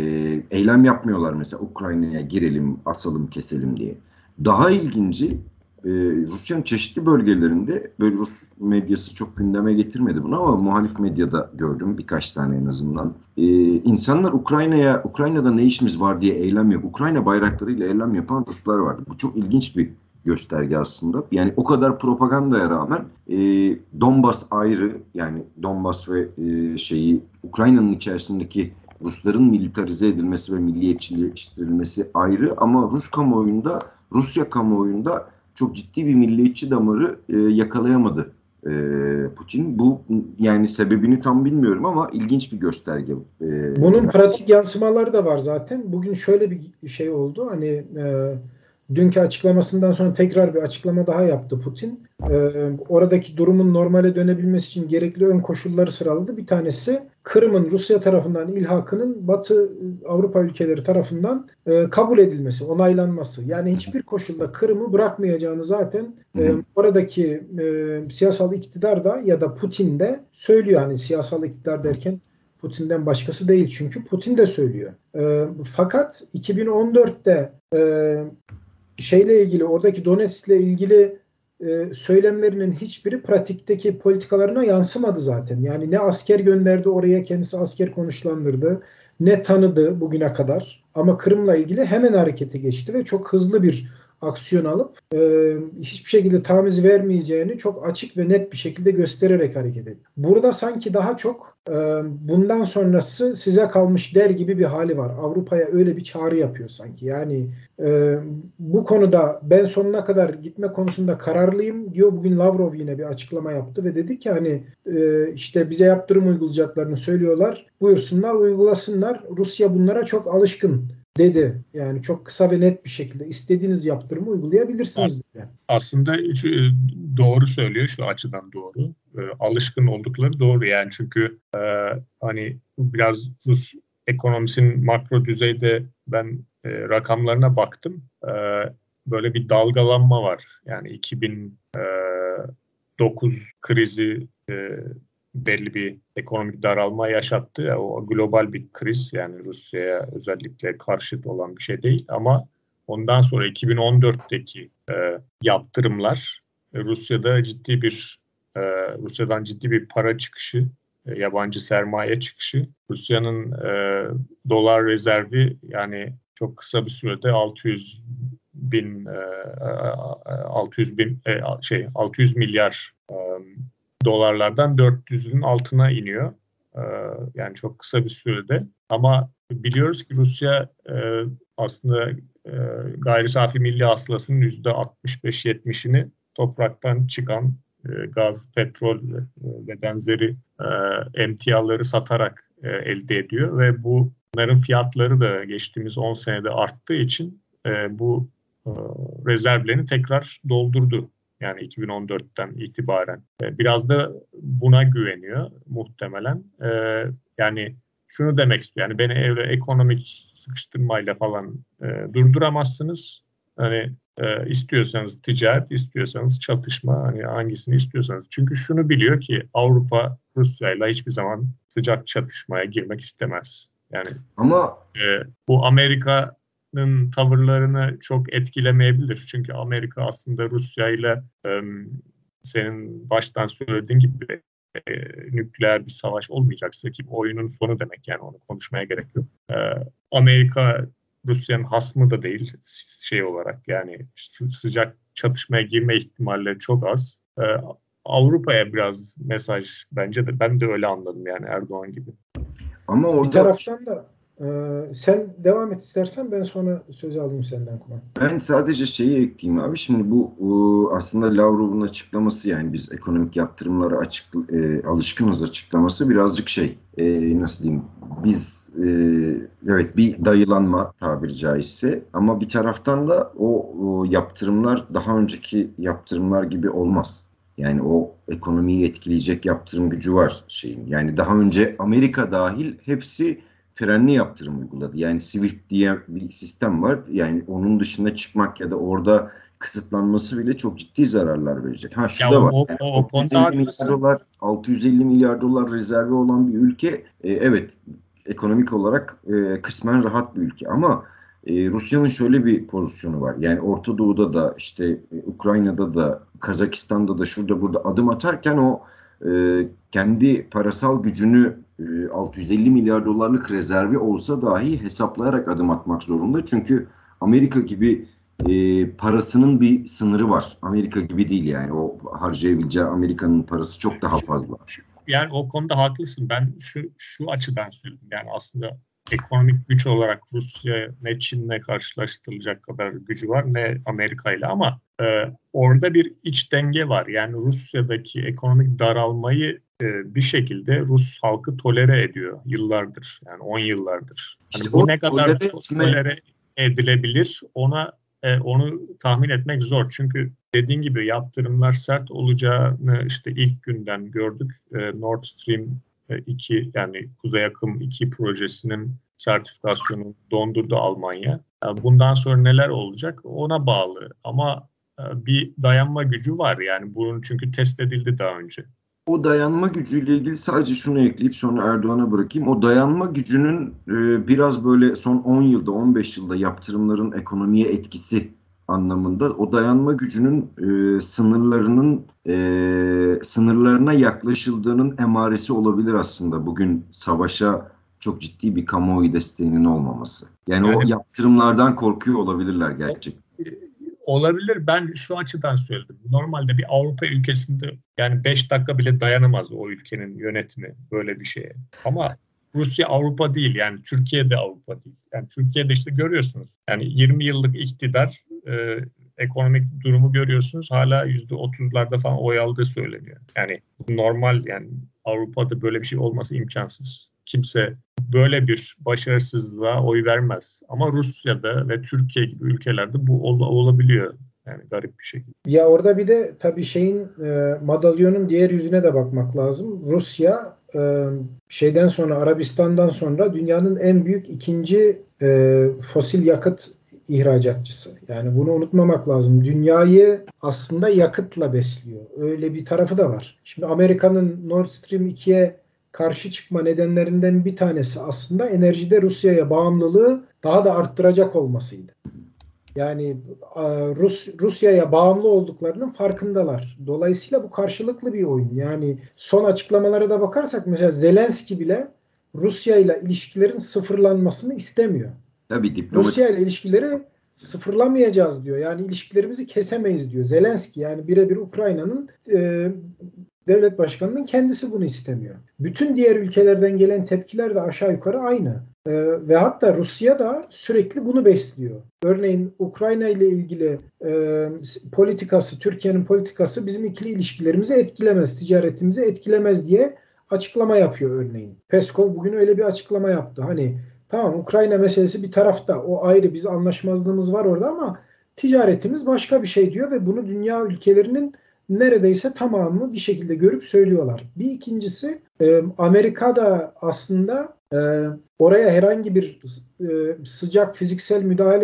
eylem yapmıyorlar mesela Ukrayna'ya girelim, asalım, keselim diye. Daha ilginci e, Rusya'nın çeşitli bölgelerinde böyle Rus medyası çok gündeme getirmedi bunu ama muhalif medyada gördüm birkaç tane en azından. E, insanlar Ukrayna'ya Ukrayna'da ne işimiz var diye eylem yap. Ukrayna bayraklarıyla eylem yapan Ruslar vardı. Bu çok ilginç bir gösterge aslında. Yani o kadar propagandaya rağmen e, Donbas ayrı, yani Donbas ve e, şeyi Ukrayna'nın içerisindeki Rusların militarize edilmesi ve milliyetçileştirilmesi ayrı ama Rus kamuoyunda, Rusya kamuoyunda çok ciddi bir milliyetçi damarı e, yakalayamadı e, Putin. Bu yani sebebini tam bilmiyorum ama ilginç bir gösterge. E, Bunun pratik yansımaları da var zaten. Bugün şöyle bir şey oldu. Hani e, dünkü açıklamasından sonra tekrar bir açıklama daha yaptı Putin. Ee, oradaki durumun normale dönebilmesi için gerekli ön koşulları sıraladı. Bir tanesi Kırım'ın Rusya tarafından ilhakının Batı Avrupa ülkeleri tarafından e, kabul edilmesi, onaylanması. Yani hiçbir koşulda Kırım'ı bırakmayacağını zaten e, oradaki e, siyasal iktidar da ya da Putin de söylüyor. Hani siyasal iktidar derken Putin'den başkası değil çünkü Putin de söylüyor. E, fakat iki bin on dörtte e, şeyle ilgili, oradaki Donetsk'le ilgili e, söylemlerinin hiçbiri pratikteki politikalarına yansımadı zaten. Yani ne asker gönderdi oraya, kendisi asker konuşlandırdı, ne tanıdı bugüne kadar. Ama Kırım'la ilgili hemen harekete geçti ve çok hızlı bir aksiyon alıp e, hiçbir şekilde taviz vermeyeceğini çok açık ve net bir şekilde göstererek hareket etti. Burada sanki daha çok e, bundan sonrası size kalmış der gibi bir hali var. Avrupa'ya öyle bir çağrı yapıyor sanki. Yani e, bu konuda ben sonuna kadar gitme konusunda kararlıyım diyor. Bugün Lavrov yine bir açıklama yaptı ve dedi ki hani e, işte bize yaptırım uygulayacaklarını söylüyorlar. Buyursunlar, uygulasınlar. Rusya bunlara çok alışkın dedi. Yani çok kısa ve net bir şekilde istediğiniz yaptırımı uygulayabilirsiniz dedi. Aslında doğru söylüyor, şu açıdan doğru. E, alışkın oldukları doğru yani, çünkü e, hani biraz Rus ekonomisinin makro düzeyde ben e, rakamlarına baktım. E, böyle bir dalgalanma var. Yani iki bin dokuz krizi e, belli bir ekonomik daralma yaşattı. O global bir kriz, yani Rusya'ya özellikle karşıt olan bir şey değil ama ondan sonra iki bin on dörtteki e, yaptırımlar e, Rusya'da ciddi bir e, Rusya'dan ciddi bir para çıkışı, e, yabancı sermaye çıkışı. Rusya'nın e, dolar rezervi yani çok kısa bir sürede altı yüz bin e, altı yüz bin e, şey altı yüz milyar e, dolarlardan dört yüzün altına iniyor. E, yani çok kısa bir sürede. Ama biliyoruz ki Rusya e, aslında e, gayri safi milli hasılasının yüzde altmış beş yetmişini topraktan çıkan e, gaz, petrol e, ve benzeri e, emtiaları satarak e, elde ediyor ve bunların fiyatları da geçtiğimiz on senede arttığı için e, bu e, rezervlerini tekrar doldurdu. Yani iki bin on dörtten itibaren. E, biraz da buna güveniyor muhtemelen. E, yani şunu demek istiyor. Yani beni öyle ekonomik sıkıştırmayla falan e, durduramazsınız. Hani E, istiyorsanız ticaret, istiyorsanız çatışma, hani hangisini istiyorsanız. Çünkü şunu biliyor ki Avrupa Rusya'yla hiçbir zaman sıcak çatışmaya girmek istemez. Yani Ama e, bu Amerika'nın tavırlarını çok etkilemeyebilir. Çünkü Amerika aslında Rusya'yla e, senin baştan söylediğin gibi e, nükleer bir savaş olmayacaksa, ki oyunun sonu demek, yani onu konuşmaya gerek yok. E, Amerika Rusya'nın hasmı da değil şey olarak, yani sı- sıcak çatışmaya girme ihtimalleri çok az. E, Avrupa'ya biraz mesaj, bence de ben de öyle anladım yani Erdoğan gibi. ama Bir orada taraftan da e, sen devam et istersen, ben sonra sözü alayım senden Kuman. ben sadece şeyi ekleyeyim abi. Şimdi bu e, aslında Lavrov'un açıklaması, yani biz ekonomik yaptırımlara açık, e, alışkınız açıklaması birazcık şey, e, nasıl diyeyim, biz e, evet bir dayılanma tabiri caizse, ama bir taraftan da o, o yaptırımlar daha önceki yaptırımlar gibi olmaz. Yani o ekonomiyi etkileyecek yaptırım gücü var şeyin. Yani daha önce Amerika dahil hepsi frenli yaptırım uyguladı. Yani SWIFT diye bir sistem var. Yani onun dışına çıkmak ya da orada kısıtlanması bile çok ciddi zararlar verecek. Ha şu Ya da o, var. o, Yani o, o konuda altı yüz elli milyar haklısın. dolar, altı yüz elli milyar dolar rezervi olan bir ülke, e, evet ekonomik olarak e, kısmen rahat bir ülke, ama e, Rusya'nın şöyle bir pozisyonu var. Yani Orta Doğu'da da işte e, Ukrayna'da da Kazakistan'da da şurada burada adım atarken o e, kendi parasal gücünü e, altı yüz elli milyar dolarlık rezervi olsa dahi hesaplayarak adım atmak zorunda. Çünkü Amerika gibi e, parasının bir sınırı var. Amerika gibi değil yani. O harcayabileceği Amerika'nın parası çok daha fazla. Yani o konuda haklısın. Ben şu şu açıdan söyledim. Yani aslında ekonomik güç olarak Rusya ne Çin'le karşılaştırılacak kadar gücü var, ne Amerika ile, ama e, orada bir iç denge var. Yani Rusya'daki ekonomik daralmayı e, bir şekilde Rus halkı tolere ediyor yıllardır. Yani on yıllardır. İşte Hani bu o ne kadar tolere to- etme, tolere edilebilir, ona e, onu tahmin etmek zor. Çünkü dediğin gibi yaptırımlar sert olacağını işte ilk günden gördük. E, Nord Stream iki, yani Kuzey Akım iki projesinin sertifikasyonunu dondurdu Almanya. Yani bundan sonra neler olacak ona bağlı, ama e, bir dayanma gücü var yani bunun, çünkü test edildi daha önce. o dayanma gücüyle ilgili sadece şunu ekleyip sonra Erdoğan'a bırakayım. O dayanma gücünün e, biraz böyle son on yılda, on beş yılda yaptırımların ekonomiye etkisi anlamında, o dayanma gücünün e, sınırlarının e, sınırlarına yaklaşıldığının emaresi olabilir aslında bugün savaşa çok ciddi bir kamuoyu desteğinin olmaması. Yani, yani o yaptırımlardan korkuyor olabilirler gerçekten. Olabilir. Ben şu açıdan söyledim. Normalde bir Avrupa ülkesinde yani beş dakika bile dayanamaz o ülkenin yönetimi böyle bir şeye. Ama Rusya Avrupa değil, yani Türkiye de Avrupa değil. Yani Türkiye'de işte görüyorsunuz. Yani yirmi yıllık iktidar, e, ekonomik durumu görüyorsunuz. Hala yüzde otuzlarda falan oy aldığı söyleniyor. Yani normal, yani Avrupa'da böyle bir şey olması imkansız. Kimse böyle bir başarısızlığa oy vermez. Ama Rusya'da ve Türkiye gibi ülkelerde bu ol, olabiliyor. Yani garip bir şekilde. Ya orada bir de tabii şeyin e, madalyonun diğer yüzüne de bakmak lazım. Rusya e, şeyden sonra, Arabistan'dan sonra dünyanın en büyük ikinci e, fosil yakıt ihracatçısı. Yani bunu unutmamak lazım. Dünyayı aslında yakıtla besliyor. Öyle bir tarafı da var. Şimdi Amerika'nın Nord Stream ikiye karşı çıkma nedenlerinden bir tanesi aslında enerjide Rusya'ya bağımlılığı daha da arttıracak olmasıydı. Yani Rus Rusya'ya bağımlı olduklarının farkındalar. Dolayısıyla bu karşılıklı bir oyun. Yani son açıklamalara da bakarsak mesela Zelenski bile Rusya ile ilişkilerin sıfırlanmasını istemiyor. Tabii diplomatik. Rusya ile ilişkileri sıfırlamayacağız diyor. Yani ilişkilerimizi kesemeyiz diyor Zelenski. Yani birebir Ukrayna'nın e, devlet başkanının kendisi bunu istemiyor. Bütün diğer ülkelerden gelen tepkiler de aşağı yukarı aynı. Ee, ve hatta Rusya da sürekli bunu besliyor. Örneğin Ukrayna ile ilgili e, politikası, Türkiye'nin politikası bizim ikili ilişkilerimizi etkilemez, ticaretimizi etkilemez diye açıklama yapıyor örneğin. Peskov bugün öyle bir açıklama yaptı. Hani tamam, Ukrayna meselesi bir tarafta, o ayrı, biz anlaşmazlığımız var orada, ama ticaretimiz başka bir şey diyor ve bunu dünya ülkelerinin neredeyse tamamı bir şekilde görüp söylüyorlar. Bir ikincisi, e, Amerika'da aslında e, oraya herhangi bir e, sıcak fiziksel müdahale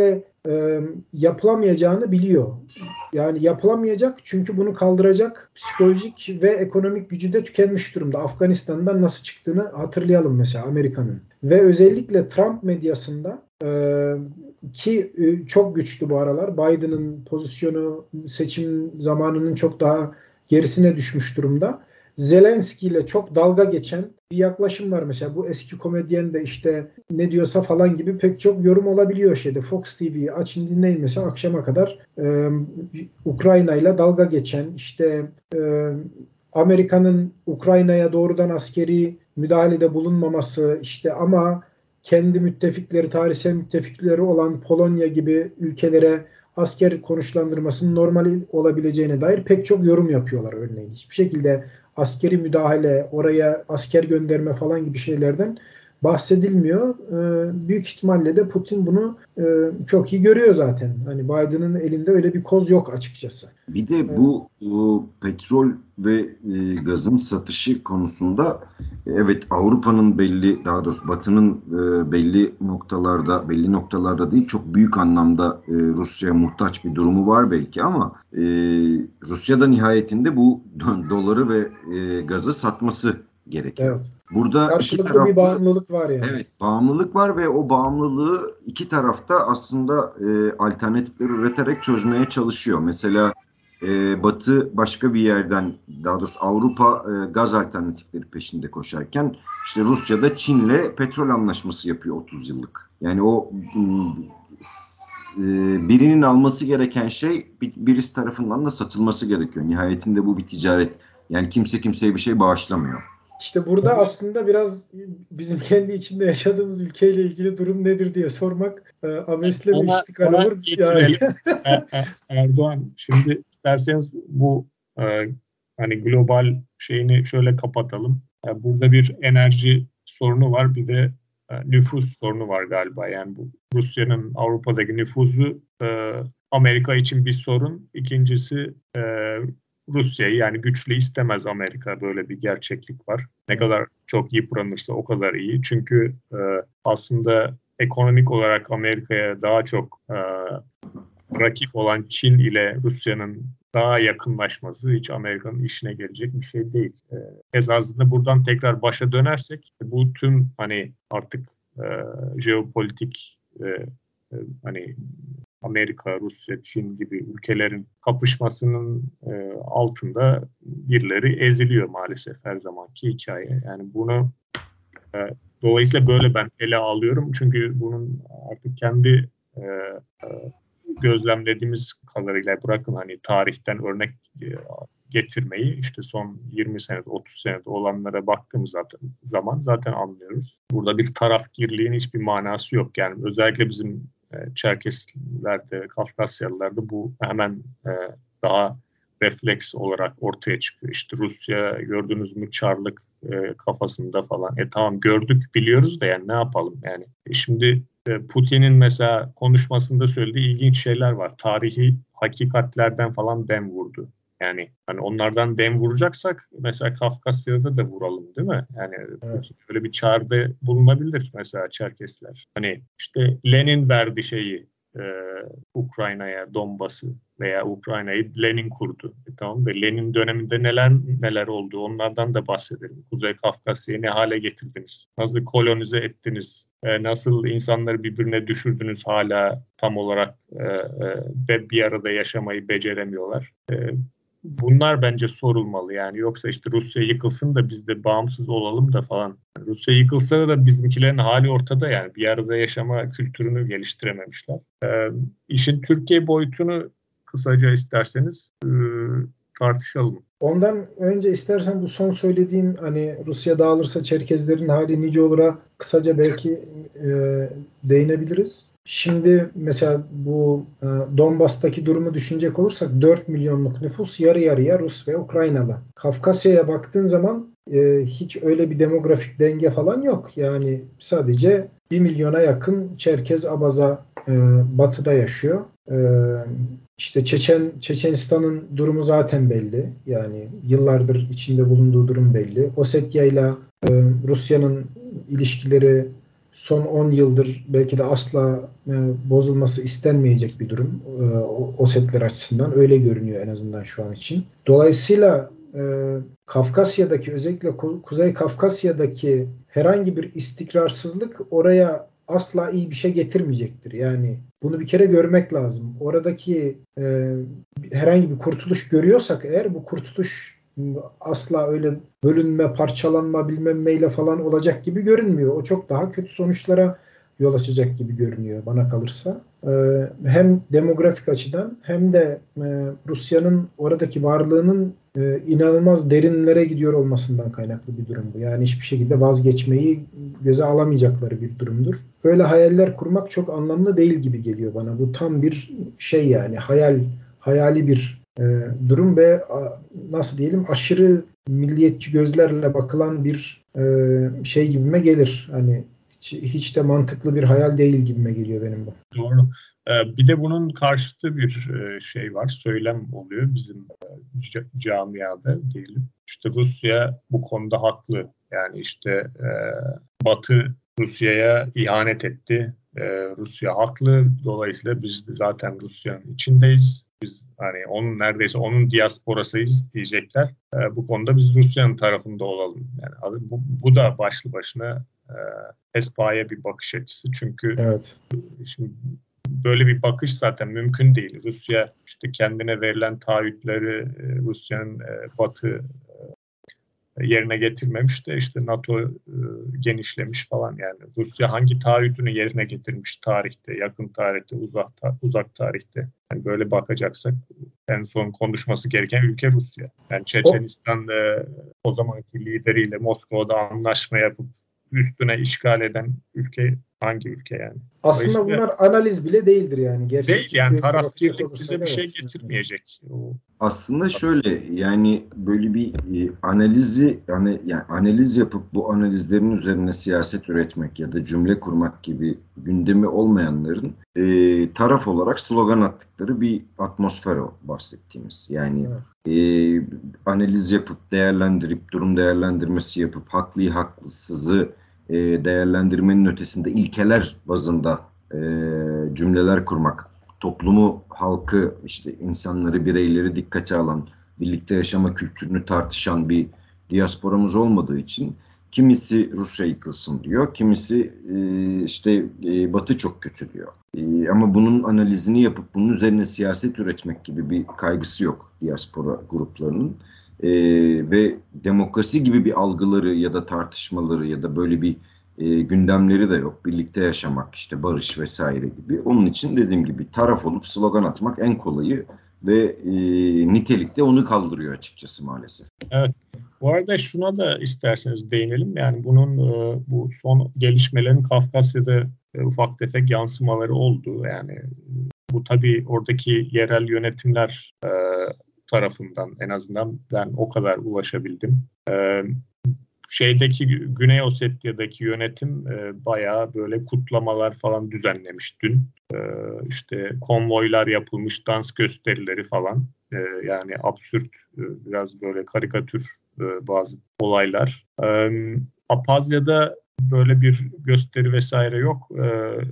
e, yapılamayacağını biliyor. Yani yapılamayacak çünkü bunu kaldıracak psikolojik ve ekonomik gücü de tükenmiş durumda. Afganistan'dan nasıl çıktığını hatırlayalım mesela Amerika'nın. Ve özellikle Trump medyasında e, ki e, çok güçlü bu aralar. Biden'ın pozisyonu seçim zamanının çok daha gerisine düşmüş durumda. Zelenski ile çok dalga geçen bir yaklaşım var mesela. Bu eski komedyen de işte ne diyorsa falan gibi pek çok yorum olabiliyor şeyde. Fox T V'yi açın dinleyin mesela akşama kadar e, Ukrayna ile dalga geçen işte e, Amerika'nın Ukrayna'ya doğrudan askeri müdahalede bulunmaması işte ama kendi müttefikleri, tarihsel müttefikleri olan Polonya gibi ülkelere asker konuşlandırmasının normal olabileceğine dair pek çok yorum yapıyorlar örneğin. Hiçbir şekilde askeri müdahale, oraya asker gönderme falan gibi şeylerden bahsedilmiyor. Ee, büyük ihtimalle de Putin bunu e, çok iyi görüyor zaten. Hani Biden'ın elinde öyle bir koz yok açıkçası. Bir de bu, bu petrol ve e, gazın satışı konusunda e, evet Avrupa'nın belli, daha doğrusu Batı'nın e, belli noktalarda, belli noktalarda değil çok büyük anlamda e, Rusya'ya muhtaç bir durumu var belki ama e, Rusya'da nihayetinde bu doları ve e, gazı satması gerekiyor. Evet. Burada karşılıklı iki taraflı, bir bağımlılık var yani. Evet, bağımlılık var ve o bağımlılığı iki tarafta aslında e, alternatifleri üreterek çözmeye çalışıyor. Mesela e, Batı başka bir yerden, daha doğrusu Avrupa e, gaz alternatifleri peşinde koşarken işte Rusya da Çin'le petrol anlaşması yapıyor otuz yıllık. Yani o e, birinin alması gereken şey bir, birisi tarafından da satılması gerekiyor. Nihayetinde bu bir ticaret. Yani kimse kimseye bir şey bağışlamıyor. İşte burada aslında biraz bizim kendi içinde yaşadığımız ülkeyle ilgili durum nedir diye sormak e, amesle mi iştikal olur? Yani. Erdoğan, şimdi isterseniz bu e, hani global şeyini şöyle kapatalım. Yani burada bir enerji sorunu var, bir de e, nüfus sorunu var galiba. Yani bu Rusya'nın Avrupa'daki nüfusu e, Amerika için bir sorun. İkincisi e, Rusya'yı yani güçlü istemez Amerika, böyle bir gerçeklik var. Ne kadar çok yıpranırsa o kadar iyi. Çünkü e, aslında ekonomik olarak Amerika'ya daha çok e, rakip olan Çin ile Rusya'nın daha yakınlaşması hiç Amerika'nın işine gelecek bir şey değil. E, esasında buradan tekrar başa dönersek bu tüm hani artık e, jeopolitik e, e, hani Amerika, Rusya, Çin gibi ülkelerin kapışmasının e, altında birileri eziliyor maalesef, her zamanki hikaye. Yani bunu e, dolayısıyla böyle ben ele alıyorum. Çünkü bunun artık kendi e, e, gözlemlediğimiz kadarıyla, bırakın hani tarihten örnek e, getirmeyi, işte son yirmi senede, otuz senede olanlara baktığımız zaman zaten anlıyoruz. Burada bir tarafgirliğin hiçbir manası yok. Yani özellikle bizim Çerkeslerde, Kafkasyalılarda bu hemen e, daha refleks olarak ortaya çıkıyor. İşte Rusya gördünüz mü Çarlık e, kafasında falan. E tamam gördük, biliyoruz da yani ne yapalım yani. E, şimdi e, Putin'in mesela konuşmasında söylediği ilginç şeyler var. Tarihi hakikatlerden falan dem vurdu. Yani hani onlardan dem vuracaksak mesela Kafkasya'da da vuralım, değil mi? Yani evet. Böyle bir çağrıda bulunabilir mesela Çerkesler. Hani işte Lenin verdi şeyi e, Ukrayna'ya, Donbas'ı veya Ukrayna'yı Lenin kurdu. E, tamam da Lenin döneminde neler neler oldu, onlardan da bahsedelim. Kuzey Kafkasya'yı ne hale getirdiniz? Nasıl kolonize ettiniz? E, nasıl insanları birbirine düşürdünüz, hala tam olarak e, e, bir arada yaşamayı beceremiyorlar. E, Bunlar bence sorulmalı yani, yoksa işte Rusya yıkılsın da biz de bağımsız olalım da falan. Rusya yıkılsa da bizimkilerin hali ortada, yani bir arada yaşama kültürünü geliştirememişler. Ee, işin Türkiye boyutunu kısaca isterseniz e, tartışalım. Ondan önce istersen bu son söylediğin hani Rusya dağılırsa Çerkezlerin hali nice olur'a kısaca belki e, değinebiliriz. Şimdi mesela bu e, Donbas'taki durumu düşünecek olursak dört milyonluk nüfus yarı yarıya Rus ve Ukraynalı. Kafkasya'ya baktığın zaman e, hiç öyle bir demografik denge falan yok. Yani sadece bir milyona yakın Çerkez, Abaza e, batıda yaşıyor. E, işte Çeçen Çeçenistan'ın durumu zaten belli. Yani yıllardır içinde bulunduğu durum belli. Osetya ile e, Rusya'nın ilişkileri son on yıldır belki de asla e, bozulması istenmeyecek bir durum e, Osetler açısından. Öyle görünüyor en azından şu an için. Dolayısıyla e, Kafkasya'daki, özellikle Kuzey Kafkasya'daki herhangi bir istikrarsızlık oraya asla iyi bir şey getirmeyecektir. Yani bunu bir kere görmek lazım. Oradaki e, herhangi bir kurtuluş görüyorsak eğer, bu kurtuluş asla öyle bölünme, parçalanma bilmem neyle falan olacak gibi görünmüyor. O çok daha kötü sonuçlara yol açacak gibi görünüyor bana kalırsa. Ee, hem demografik açıdan hem de e, Rusya'nın oradaki varlığının e, inanılmaz derinlere gidiyor olmasından kaynaklı bir durum bu. Yani hiçbir şekilde vazgeçmeyi göze alamayacakları bir durumdur. Böyle hayaller kurmak çok anlamlı değil gibi geliyor bana. Bu tam bir şey, yani hayal, hayali bir e, durum ve a, nasıl diyelim, aşırı milliyetçi gözlerle bakılan bir e, şey gibime gelir. Hani hiç, hiç de mantıklı bir hayal değil gibime geliyor benim bu. Doğru. Ee, bir de bunun karşıtı bir e, şey var, söylem oluyor bizim e, ca- camiada diyelim. İşte Rusya bu konuda haklı. Yani işte e, Batı Rusya'ya ihanet etti. E, Rusya haklı. Dolayısıyla biz de zaten Rusya'nın içindeyiz. Biz hani onun neredeyse onun diasporasıyız diyecekler. E, bu konuda biz Rusya'nın tarafında olalım. Yani bu, bu da başlı başına e, pespaye bir bakış açısı. Çünkü evet. Şimdi böyle bir bakış zaten mümkün değil. Rusya işte kendine verilen taahhütleri Rusya'nın Batı yerine getirmemiş de işte NATO genişlemiş falan. Yani Rusya hangi taahhütünü yerine getirmiş tarihte, yakın tarihte, uzak uzak tarihte? Yani böyle bakacaksak en son konuşması gereken ülke Rusya. Yani Çeçenistan e, o zamanki lideriyle Moskova'da anlaşma yapıp üstüne işgal eden ülke hangi ülke yani? Aslında bunlar analiz bile değildir yani. Gerçekçi değil yani, taraf birlik olursa, bize bir evet. şey getirmeyecek. O... Aslında şöyle, yani böyle bir e, analizi yani, yani analiz yapıp bu analizlerin üzerine siyaset üretmek ya da cümle kurmak gibi gündemi olmayanların e, taraf olarak slogan attıkları bir atmosfer o bahsettiğimiz. Yani evet. e, analiz yapıp değerlendirip durum değerlendirmesi yapıp haklıyı haksızı e, değerlendirmenin ötesinde ilkeler bazında e, cümleler kurmak, toplumu, halkı, işte insanları, bireyleri dikkate alan, birlikte yaşama kültürünü tartışan bir diasporamız olmadığı için kimisi Rusya yıkılsın diyor, kimisi e, işte e, Batı çok kötü diyor. E, ama bunun analizini yapıp bunun üzerine siyaset üretmek gibi bir kaygısı yok diaspora gruplarının. E, ve demokrasi gibi bir algıları ya da tartışmaları ya da böyle bir E, gündemleri de yok. Birlikte yaşamak, işte barış vesaire gibi. Onun için dediğim gibi taraf olup slogan atmak en kolayı ve e, nitelikte onu kaldırıyor açıkçası maalesef. Evet. Bu arada şuna da isterseniz değinelim. Yani bunun e, bu son gelişmelerin Kafkasya'da e, ufak tefek yansımaları oldu. Yani e, bu tabii oradaki yerel yönetimler e, tarafından en azından ben o kadar ulaşabildim. E, Şeydeki Güney Osetya'daki yönetim e, bayağı böyle kutlamalar falan düzenlemiş dün. E, işte konvoylar yapılmış, dans gösterileri falan. E, yani absürt, e, biraz böyle karikatür e, bazı olaylar. E, Apazya'da böyle bir gösteri vesaire yok. E,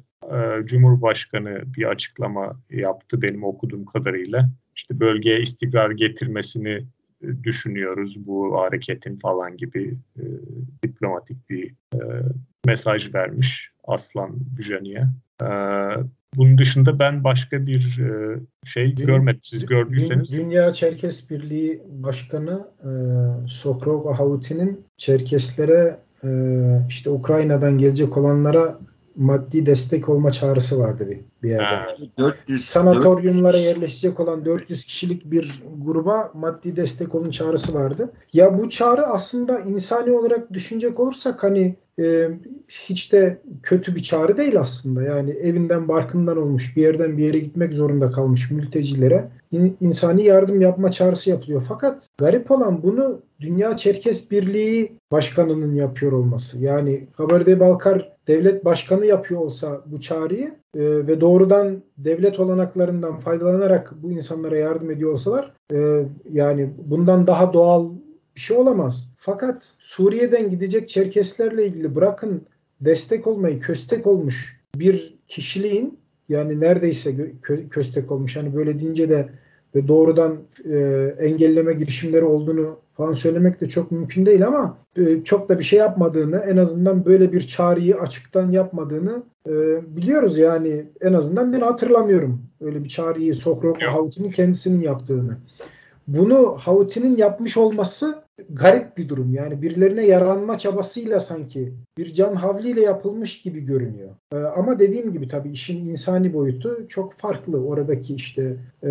e, Cumhurbaşkanı bir açıklama yaptı benim okuduğum kadarıyla. İşte bölgeye istikrar getirmesini düşünüyoruz bu hareketin falan gibi e, diplomatik bir e, mesaj vermiş Aslan Büjani'ye. E, bunun dışında ben başka bir e, şey Dün, görmedim. Siz gördüyseniz. Dünya Çerkes Birliği Başkanı e, Sohrov Ahuti'nin Çerkeslere e, işte Ukrayna'dan gelecek olanlara maddi destek olma çağrısı vardı bir, bir yerde. dört yüz, Sanatoryumlara dört yüz yerleşecek olan dört yüz kişilik bir gruba maddi destek olun çağrısı vardı. Ya bu çağrı aslında insani olarak düşünecek olursak hani e, hiç de kötü bir çağrı değil aslında. Yani evinden barkından olmuş, bir yerden bir yere gitmek zorunda kalmış mültecilere in, insani yardım yapma çağrısı yapılıyor. Fakat garip olan bunu Dünya Çerkes Birliği Başkanı'nın yapıyor olması. Yani Kabardey-Balkar Devlet Başkanı yapıyor olsa bu çağrıyı e, ve doğrudan devlet olanaklarından faydalanarak bu insanlara yardım ediyor olsalar e, yani bundan daha doğal bir şey olamaz. Fakat Suriye'den gidecek Çerkeslerle ilgili bırakın destek olmayı köstek olmuş bir kişiliğin, yani neredeyse kö- köstek olmuş, hani böyle deyince de ve doğrudan e, engelleme girişimleri olduğunu falan söylemek de çok mümkün değil ama e, çok da bir şey yapmadığını, en azından böyle bir çağrıyı açıktan yapmadığını e, biliyoruz. Yani en azından ben hatırlamıyorum öyle bir çağrıyı Sohrab Havti'nin kendisinin yaptığını. Bunu Havti'nin yapmış olması garip bir durum. Yani birilerine yaranma çabasıyla sanki bir can havliyle yapılmış gibi görünüyor. Ee, ama dediğim gibi tabii işin insani boyutu çok farklı. Oradaki işte e,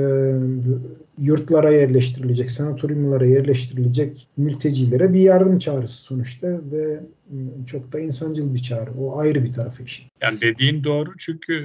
yurtlara yerleştirilecek, sanatoryumlara yerleştirilecek mültecilere bir yardım çağrısı sonuçta ve çok da insancıl bir çağrı. O ayrı bir tarafı işin. Yani dediğin doğru, çünkü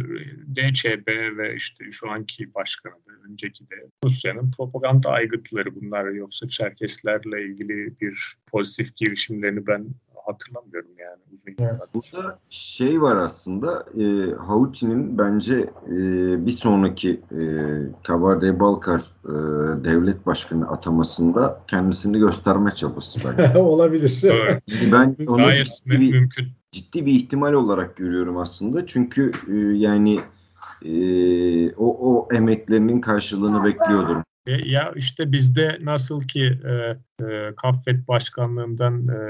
D Ç B ve işte şu anki başkanı da önceki de Rusya'nın propaganda aygıtları bunlar, yoksa Çerkeslerle ilgili bir pozitif girişimlerini ben hatırlamıyorum yani. Evet. Burada şey var aslında, e, Havti'nin bence e, bir sonraki e, Kabardey-Balkar e, devlet başkanı atamasında kendisini gösterme çabası bence. Olabilir. Evet. Ben onu ciddi bir, mümkün. ciddi bir ihtimal olarak görüyorum aslında. Çünkü e, yani e, o, o emeklerinin karşılığını bekliyordur. Ya işte bizde nasıl ki e, e, Kaffet başkanlığından e,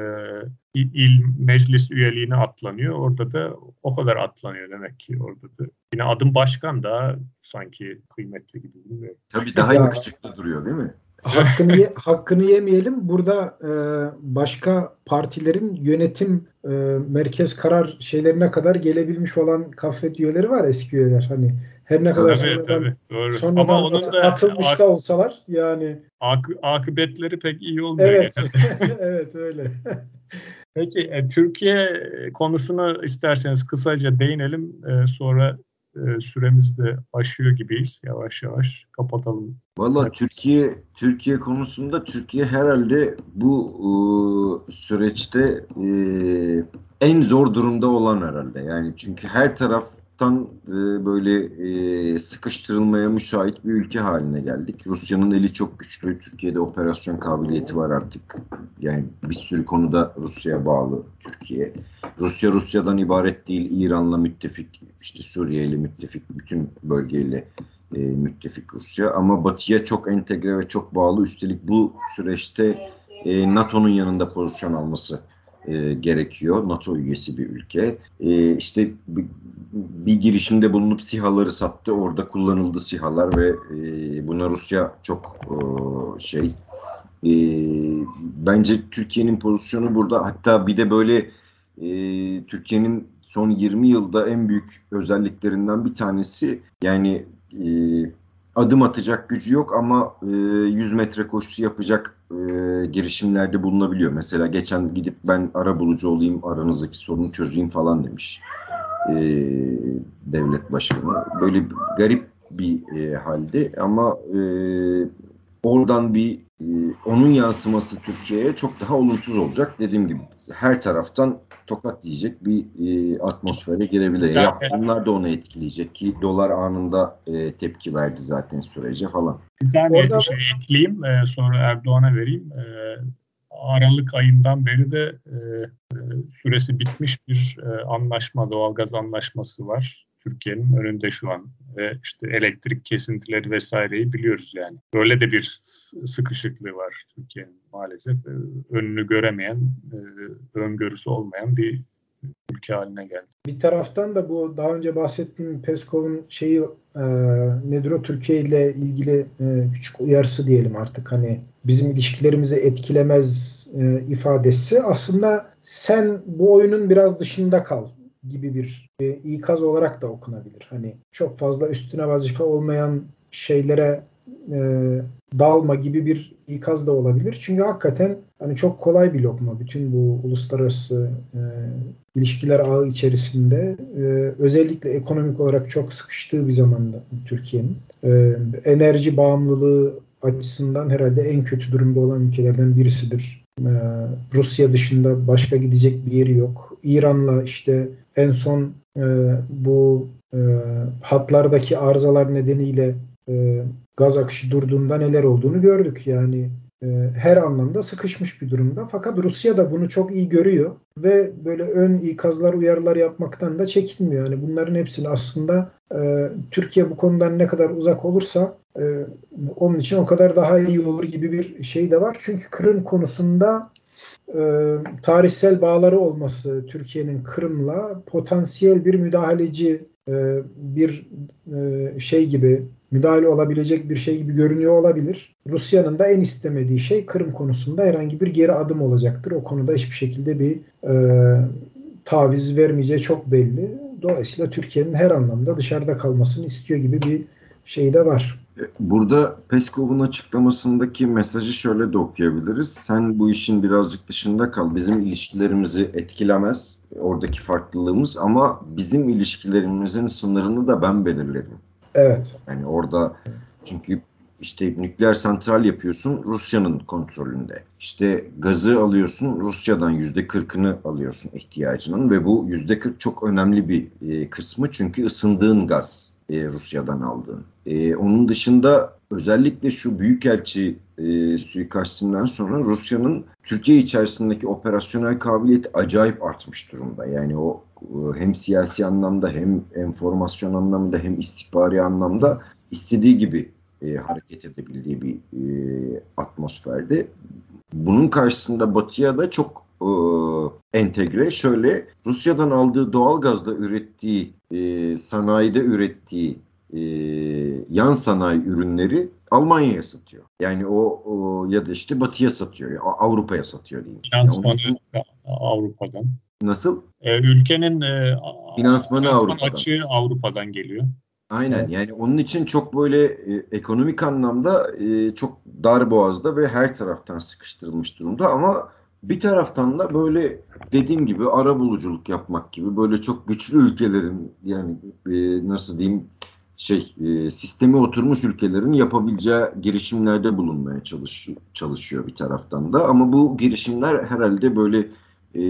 il meclis üyeliğine atlanıyor, orada da o kadar atlanıyor demek ki orada da. Yine adım başkan da sanki kıymetli gibi, bilmiyorum. Tabii daha ya, yakışıklı duruyor değil mi? Hakkını ye, hakkını yemeyelim. Burada e, başka partilerin yönetim e, merkez karar şeylerine kadar gelebilmiş olan Kaffet üyeleri var, eski üyeler. Hani her ne kadar tabii, sonradan, tabii, doğru. sonradan ama onun at, da atılmış ak- da olsalar yani ak- akıbetleri pek iyi olmuyor. Evet. Evet öyle. Peki e, Türkiye konusuna isterseniz kısaca değinelim. E, sonra e, süremiz de aşıyor gibiyiz. Yavaş yavaş kapatalım. Valla Türkiye Türkiye konusunda Türkiye herhalde bu e, süreçte e, en zor durumda olan herhalde. Yani çünkü her taraftan e, böyle e, sıkıştırılmaya müsait bir ülke haline geldik. Rusya'nın eli çok güçlü. Türkiye'de operasyon kabiliyeti var artık. Yani bir sürü konuda Rusya'ya bağlı Türkiye. Rusya Rusya'dan ibaret değil. İran'la müttefik, işte Suriye'yle müttefik, bütün bölgeyle E, müttefik Rusya, ama Batı'ya çok entegre ve çok bağlı. Üstelik bu süreçte e, NATO'nun yanında pozisyon alması e, gerekiyor. NATO üyesi bir ülke. E, işte bir, bir girişimde bulunup SİHA'ları sattı. Orada kullanıldı SİHA'lar ve e, buna Rusya çok e, şey e, bence Türkiye'nin pozisyonu burada, hatta bir de böyle e, Türkiye'nin son yirmi yılda en büyük özelliklerinden bir tanesi, yani e, adım atacak gücü yok ama e, yüz metre koşusu yapacak e, girişimlerde bulunabiliyor. Mesela geçen gidip ben arabulucu olayım, aranızdaki sorunu çözeyim falan demiş e, devlet başkanı. Böyle garip bir e, halde ama e, oradan bir e, onun yansıması Türkiye'ye çok daha olumsuz olacak. Dediğim gibi her taraftan tokat diyecek bir e, atmosfere girebilir. Yani, Yaptırımlar da onu etkileyecek ki dolar anında e, tepki verdi zaten sürece falan. Bir tane Orada... şey ekleyeyim, e, sonra Erdoğan'a vereyim. E, Aralık ayından beri de e, süresi bitmiş bir e, anlaşma, doğalgaz anlaşması var. Türkiye'nin önünde şu an ve işte elektrik kesintileri vesaireyi biliyoruz yani. Böyle de bir sıkışıklığı var Türkiye'nin maalesef. Önünü göremeyen, öngörüsü olmayan bir ülke haline geldi. Bir taraftan da bu daha önce bahsettiğim Peskov'un şeyi e, nedir o, Türkiye ile ilgili e, küçük uyarısı diyelim artık, hani bizim ilişkilerimizi etkilemez e, ifadesi aslında sen bu oyunun biraz dışında kal gibi bir e, ikaz olarak da okunabilir. Hani çok fazla üstüne vazife olmayan şeylere e, dalma gibi bir ikaz da olabilir. Çünkü hakikaten hani çok kolay bir lokma bütün bu uluslararası e, ilişkiler ağı içerisinde e, özellikle ekonomik olarak çok sıkıştığı bir zamanda Türkiye'nin e, enerji bağımlılığı açısından herhalde en kötü durumda olan ülkelerden birisidir. E, Rusya dışında başka gidecek bir yeri yok. İran'la işte en son e, bu e, hatlardaki arızalar nedeniyle e, gaz akışı durduğunda neler olduğunu gördük. Yani her anlamda sıkışmış bir durumda. Fakat Rusya da bunu çok iyi görüyor ve böyle ön ikazlar, uyarılar yapmaktan da çekinmiyor. Yani bunların hepsini aslında e, Türkiye bu konudan ne kadar uzak olursa e, onun için o kadar daha iyi olur gibi bir şey de var. Çünkü Kırım konusunda e, tarihsel bağları olması Türkiye'nin Kırım'la potansiyel bir müdahaleci e, bir e, şey gibi müdahale olabilecek bir şey gibi görünüyor olabilir. Rusya'nın da en istemediği şey Kırım konusunda herhangi bir geri adım olacaktır. O konuda hiçbir şekilde bir e, taviz vermeyeceği çok belli. Dolayısıyla Türkiye'nin her anlamda dışarıda kalmasını istiyor gibi bir şey de var. Burada Peskov'un açıklamasındaki mesajı şöyle de okuyabiliriz. Sen bu işin birazcık dışında kal. Bizim ilişkilerimizi etkilemez oradaki farklılığımız ama bizim ilişkilerimizin sınırını da ben belirlerim. Evet. Yani orada çünkü işte nükleer santral yapıyorsun Rusya'nın kontrolünde. İşte gazı alıyorsun Rusya'dan yüzde kırkını alıyorsun ihtiyacının ve bu yüzde kırk çok önemli bir e, kısmı çünkü ısındığın gaz e, Rusya'dan aldığın. E, onun dışında özellikle şu büyükelçi e, suikastinden sonra Rusya'nın Türkiye içerisindeki operasyonel kabiliyeti acayip artmış durumda. Yani o hem siyasi anlamda hem enformasyon anlamında hem istihbari anlamda istediği gibi e, hareket edebildiği bir e, atmosferde. Bunun karşısında Batı'ya da çok e, entegre. Şöyle Rusya'dan aldığı doğalgazla ürettiği, e, sanayide ürettiği e, yan sanayi ürünleri Almanya'ya satıyor. Yani o, o ya da işte Batı'ya satıyor, Avrupa'ya satıyor diyeyim. Finansmanı yani Avrupa'dan. Nasıl? Ee, ülkenin e, finansmanı finansman Avrupa'dan. açığı Avrupa'dan geliyor. Aynen evet. Yani onun için çok böyle e, ekonomik anlamda e, çok dar boğazda ve her taraftan sıkıştırılmış durumda ama bir taraftan da böyle dediğim gibi arabuluculuk yapmak gibi böyle çok güçlü ülkelerin yani e, nasıl diyeyim şey e, sistemi oturmuş ülkelerin yapabileceği girişimlerde bulunmaya çalış, çalışıyor bir taraftan da ama bu girişimler herhalde böyle e,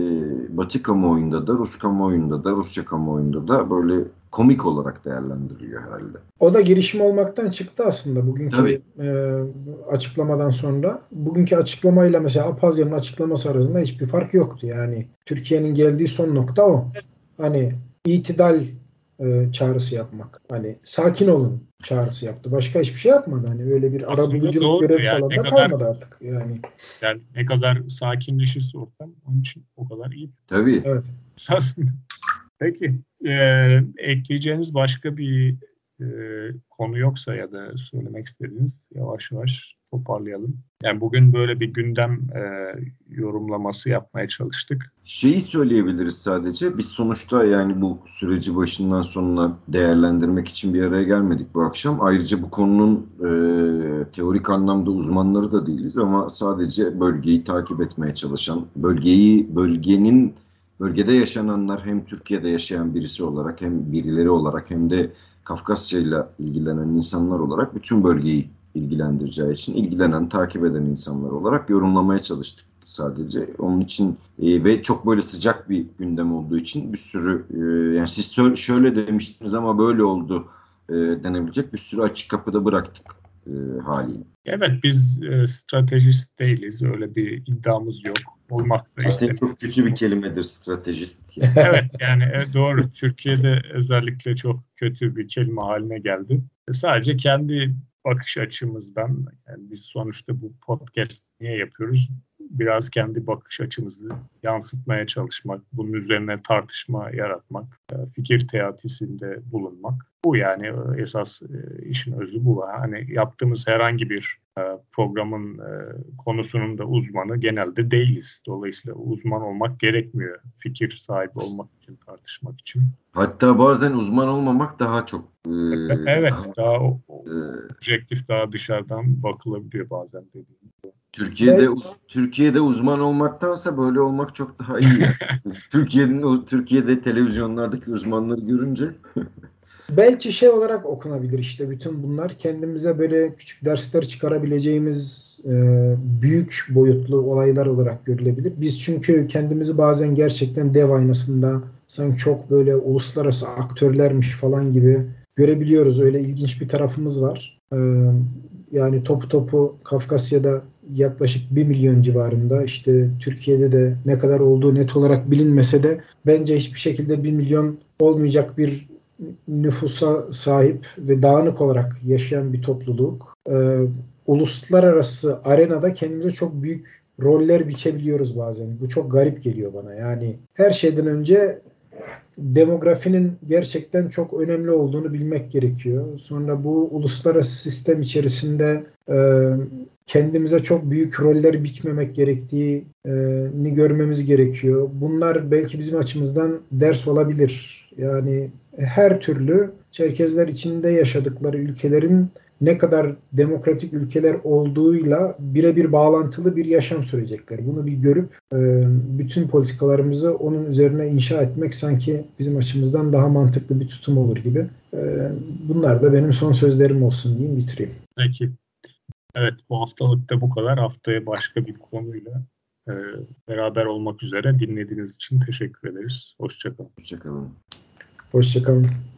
Batı kamuoyunda da Rus kamuoyunda da Rusya kamuoyunda da böyle komik olarak değerlendiriliyor herhalde. O da girişim olmaktan çıktı aslında bugünkü e, açıklamadan sonra. Bugünkü açıklamayla mesela Apazya'nın açıklaması arasında hiçbir fark yoktu. Yani Türkiye'nin geldiği son nokta o. Hani itidal e, çağrısı yapmak. Hani sakin olun çağrısı yaptı. Başka hiçbir şey yapmadı. Hani öyle bir arabuluculuk görevi yani falan da kadar, kalmadı artık. Yani. yani ne kadar sakinleşirse ortam onun için o kadar iyi. Tabii. Evet. Aslında. Peki, e, ekleyeceğiniz başka bir e, konu yoksa ya da söylemek istediğiniz yavaş yavaş toparlayalım. Yani bugün böyle bir gündem e, yorumlaması yapmaya çalıştık. Şeyi söyleyebiliriz sadece, biz sonuçta yani bu süreci başından sonuna değerlendirmek için bir araya gelmedik bu akşam. Ayrıca bu konunun e, teorik anlamda uzmanları da değiliz ama sadece bölgeyi takip etmeye çalışan, bölgeyi, bölgenin Bölgede yaşananlar hem Türkiye'de yaşayan birisi olarak hem birileri olarak hem de Kafkasya'yla ilgilenen insanlar olarak bütün bölgeyi ilgilendireceği için ilgilenen, takip eden insanlar olarak yorumlamaya çalıştık sadece. Onun için e, ve çok böyle sıcak bir gündem olduğu için bir sürü e, yani siz şöyle demiştiniz ama böyle oldu e, denebilecek bir sürü açık kapıda bıraktık e, haliyle. Evet, biz e, stratejist değiliz. Öyle bir iddiamız yok. Olmak da istemeyiz. Çok kötü bir kelimedir stratejist. Yani. Evet yani e, doğru. Türkiye'de özellikle çok kötü bir kelime haline geldi. E, sadece kendi bakış açımızdan yani biz sonuçta bu podcast niye yapıyoruz? Biraz kendi bakış açımızı yansıtmaya çalışmak, bunun üzerine tartışma yaratmak, fikir teatisinde bulunmak. Bu yani esas işin özü bu. Hani yaptığımız herhangi bir programın konusunun da uzmanı genelde değiliz. Dolayısıyla uzman olmak gerekmiyor. Fikir sahibi olmak için, tartışmak için. Hatta bazen uzman olmamak daha çok... E, evet, daha, daha o, o, objektif, daha dışarıdan bakılabiliyor bazen dediğim gibi. Türkiye'de uz, Türkiye'de uzman olmaktansa böyle olmak çok daha iyi. Türkiye'nin Türkiye'de televizyonlardaki uzmanları görünce belki şey olarak okunabilir işte bütün bunlar. Kendimize böyle küçük dersler çıkarabileceğimiz e, büyük boyutlu olaylar olarak görülebilir. Biz çünkü kendimizi bazen gerçekten dev aynasında sanki çok böyle uluslararası aktörlermiş falan gibi görebiliyoruz. Öyle ilginç bir tarafımız var. E, Yani topu topu Kafkasya'da yaklaşık bir milyon civarında. İşte Türkiye'de de ne kadar olduğu net olarak bilinmese de bence hiçbir şekilde bir milyon olmayacak bir nüfusa sahip ve dağınık olarak yaşayan bir topluluk. Ee, uluslararası arenada kendimize çok büyük roller biçebiliyoruz bazen. Bu çok garip geliyor bana. Yani her şeyden önce demografinin gerçekten çok önemli olduğunu bilmek gerekiyor. Sonra bu uluslararası sistem içerisinde e, kendimize çok büyük roller biçmemek gerektiğini görmemiz gerekiyor. Bunlar belki bizim açımızdan ders olabilir. Yani her türlü Çerkezler içinde yaşadıkları ülkelerin ne kadar demokratik ülkeler olduğuyla birebir bağlantılı bir yaşam sürecekler. Bunu bir görüp bütün politikalarımızı onun üzerine inşa etmek sanki bizim açımızdan daha mantıklı bir tutum olur gibi. Bunlar da benim son sözlerim olsun diyeyim, bitireyim. Peki. Evet, bu haftalık da bu kadar. Haftaya başka bir konuyla e, beraber olmak üzere. Dinlediğiniz için teşekkür ederiz. Hoşça kalın. Hoşça kalın. Hoşça kalın.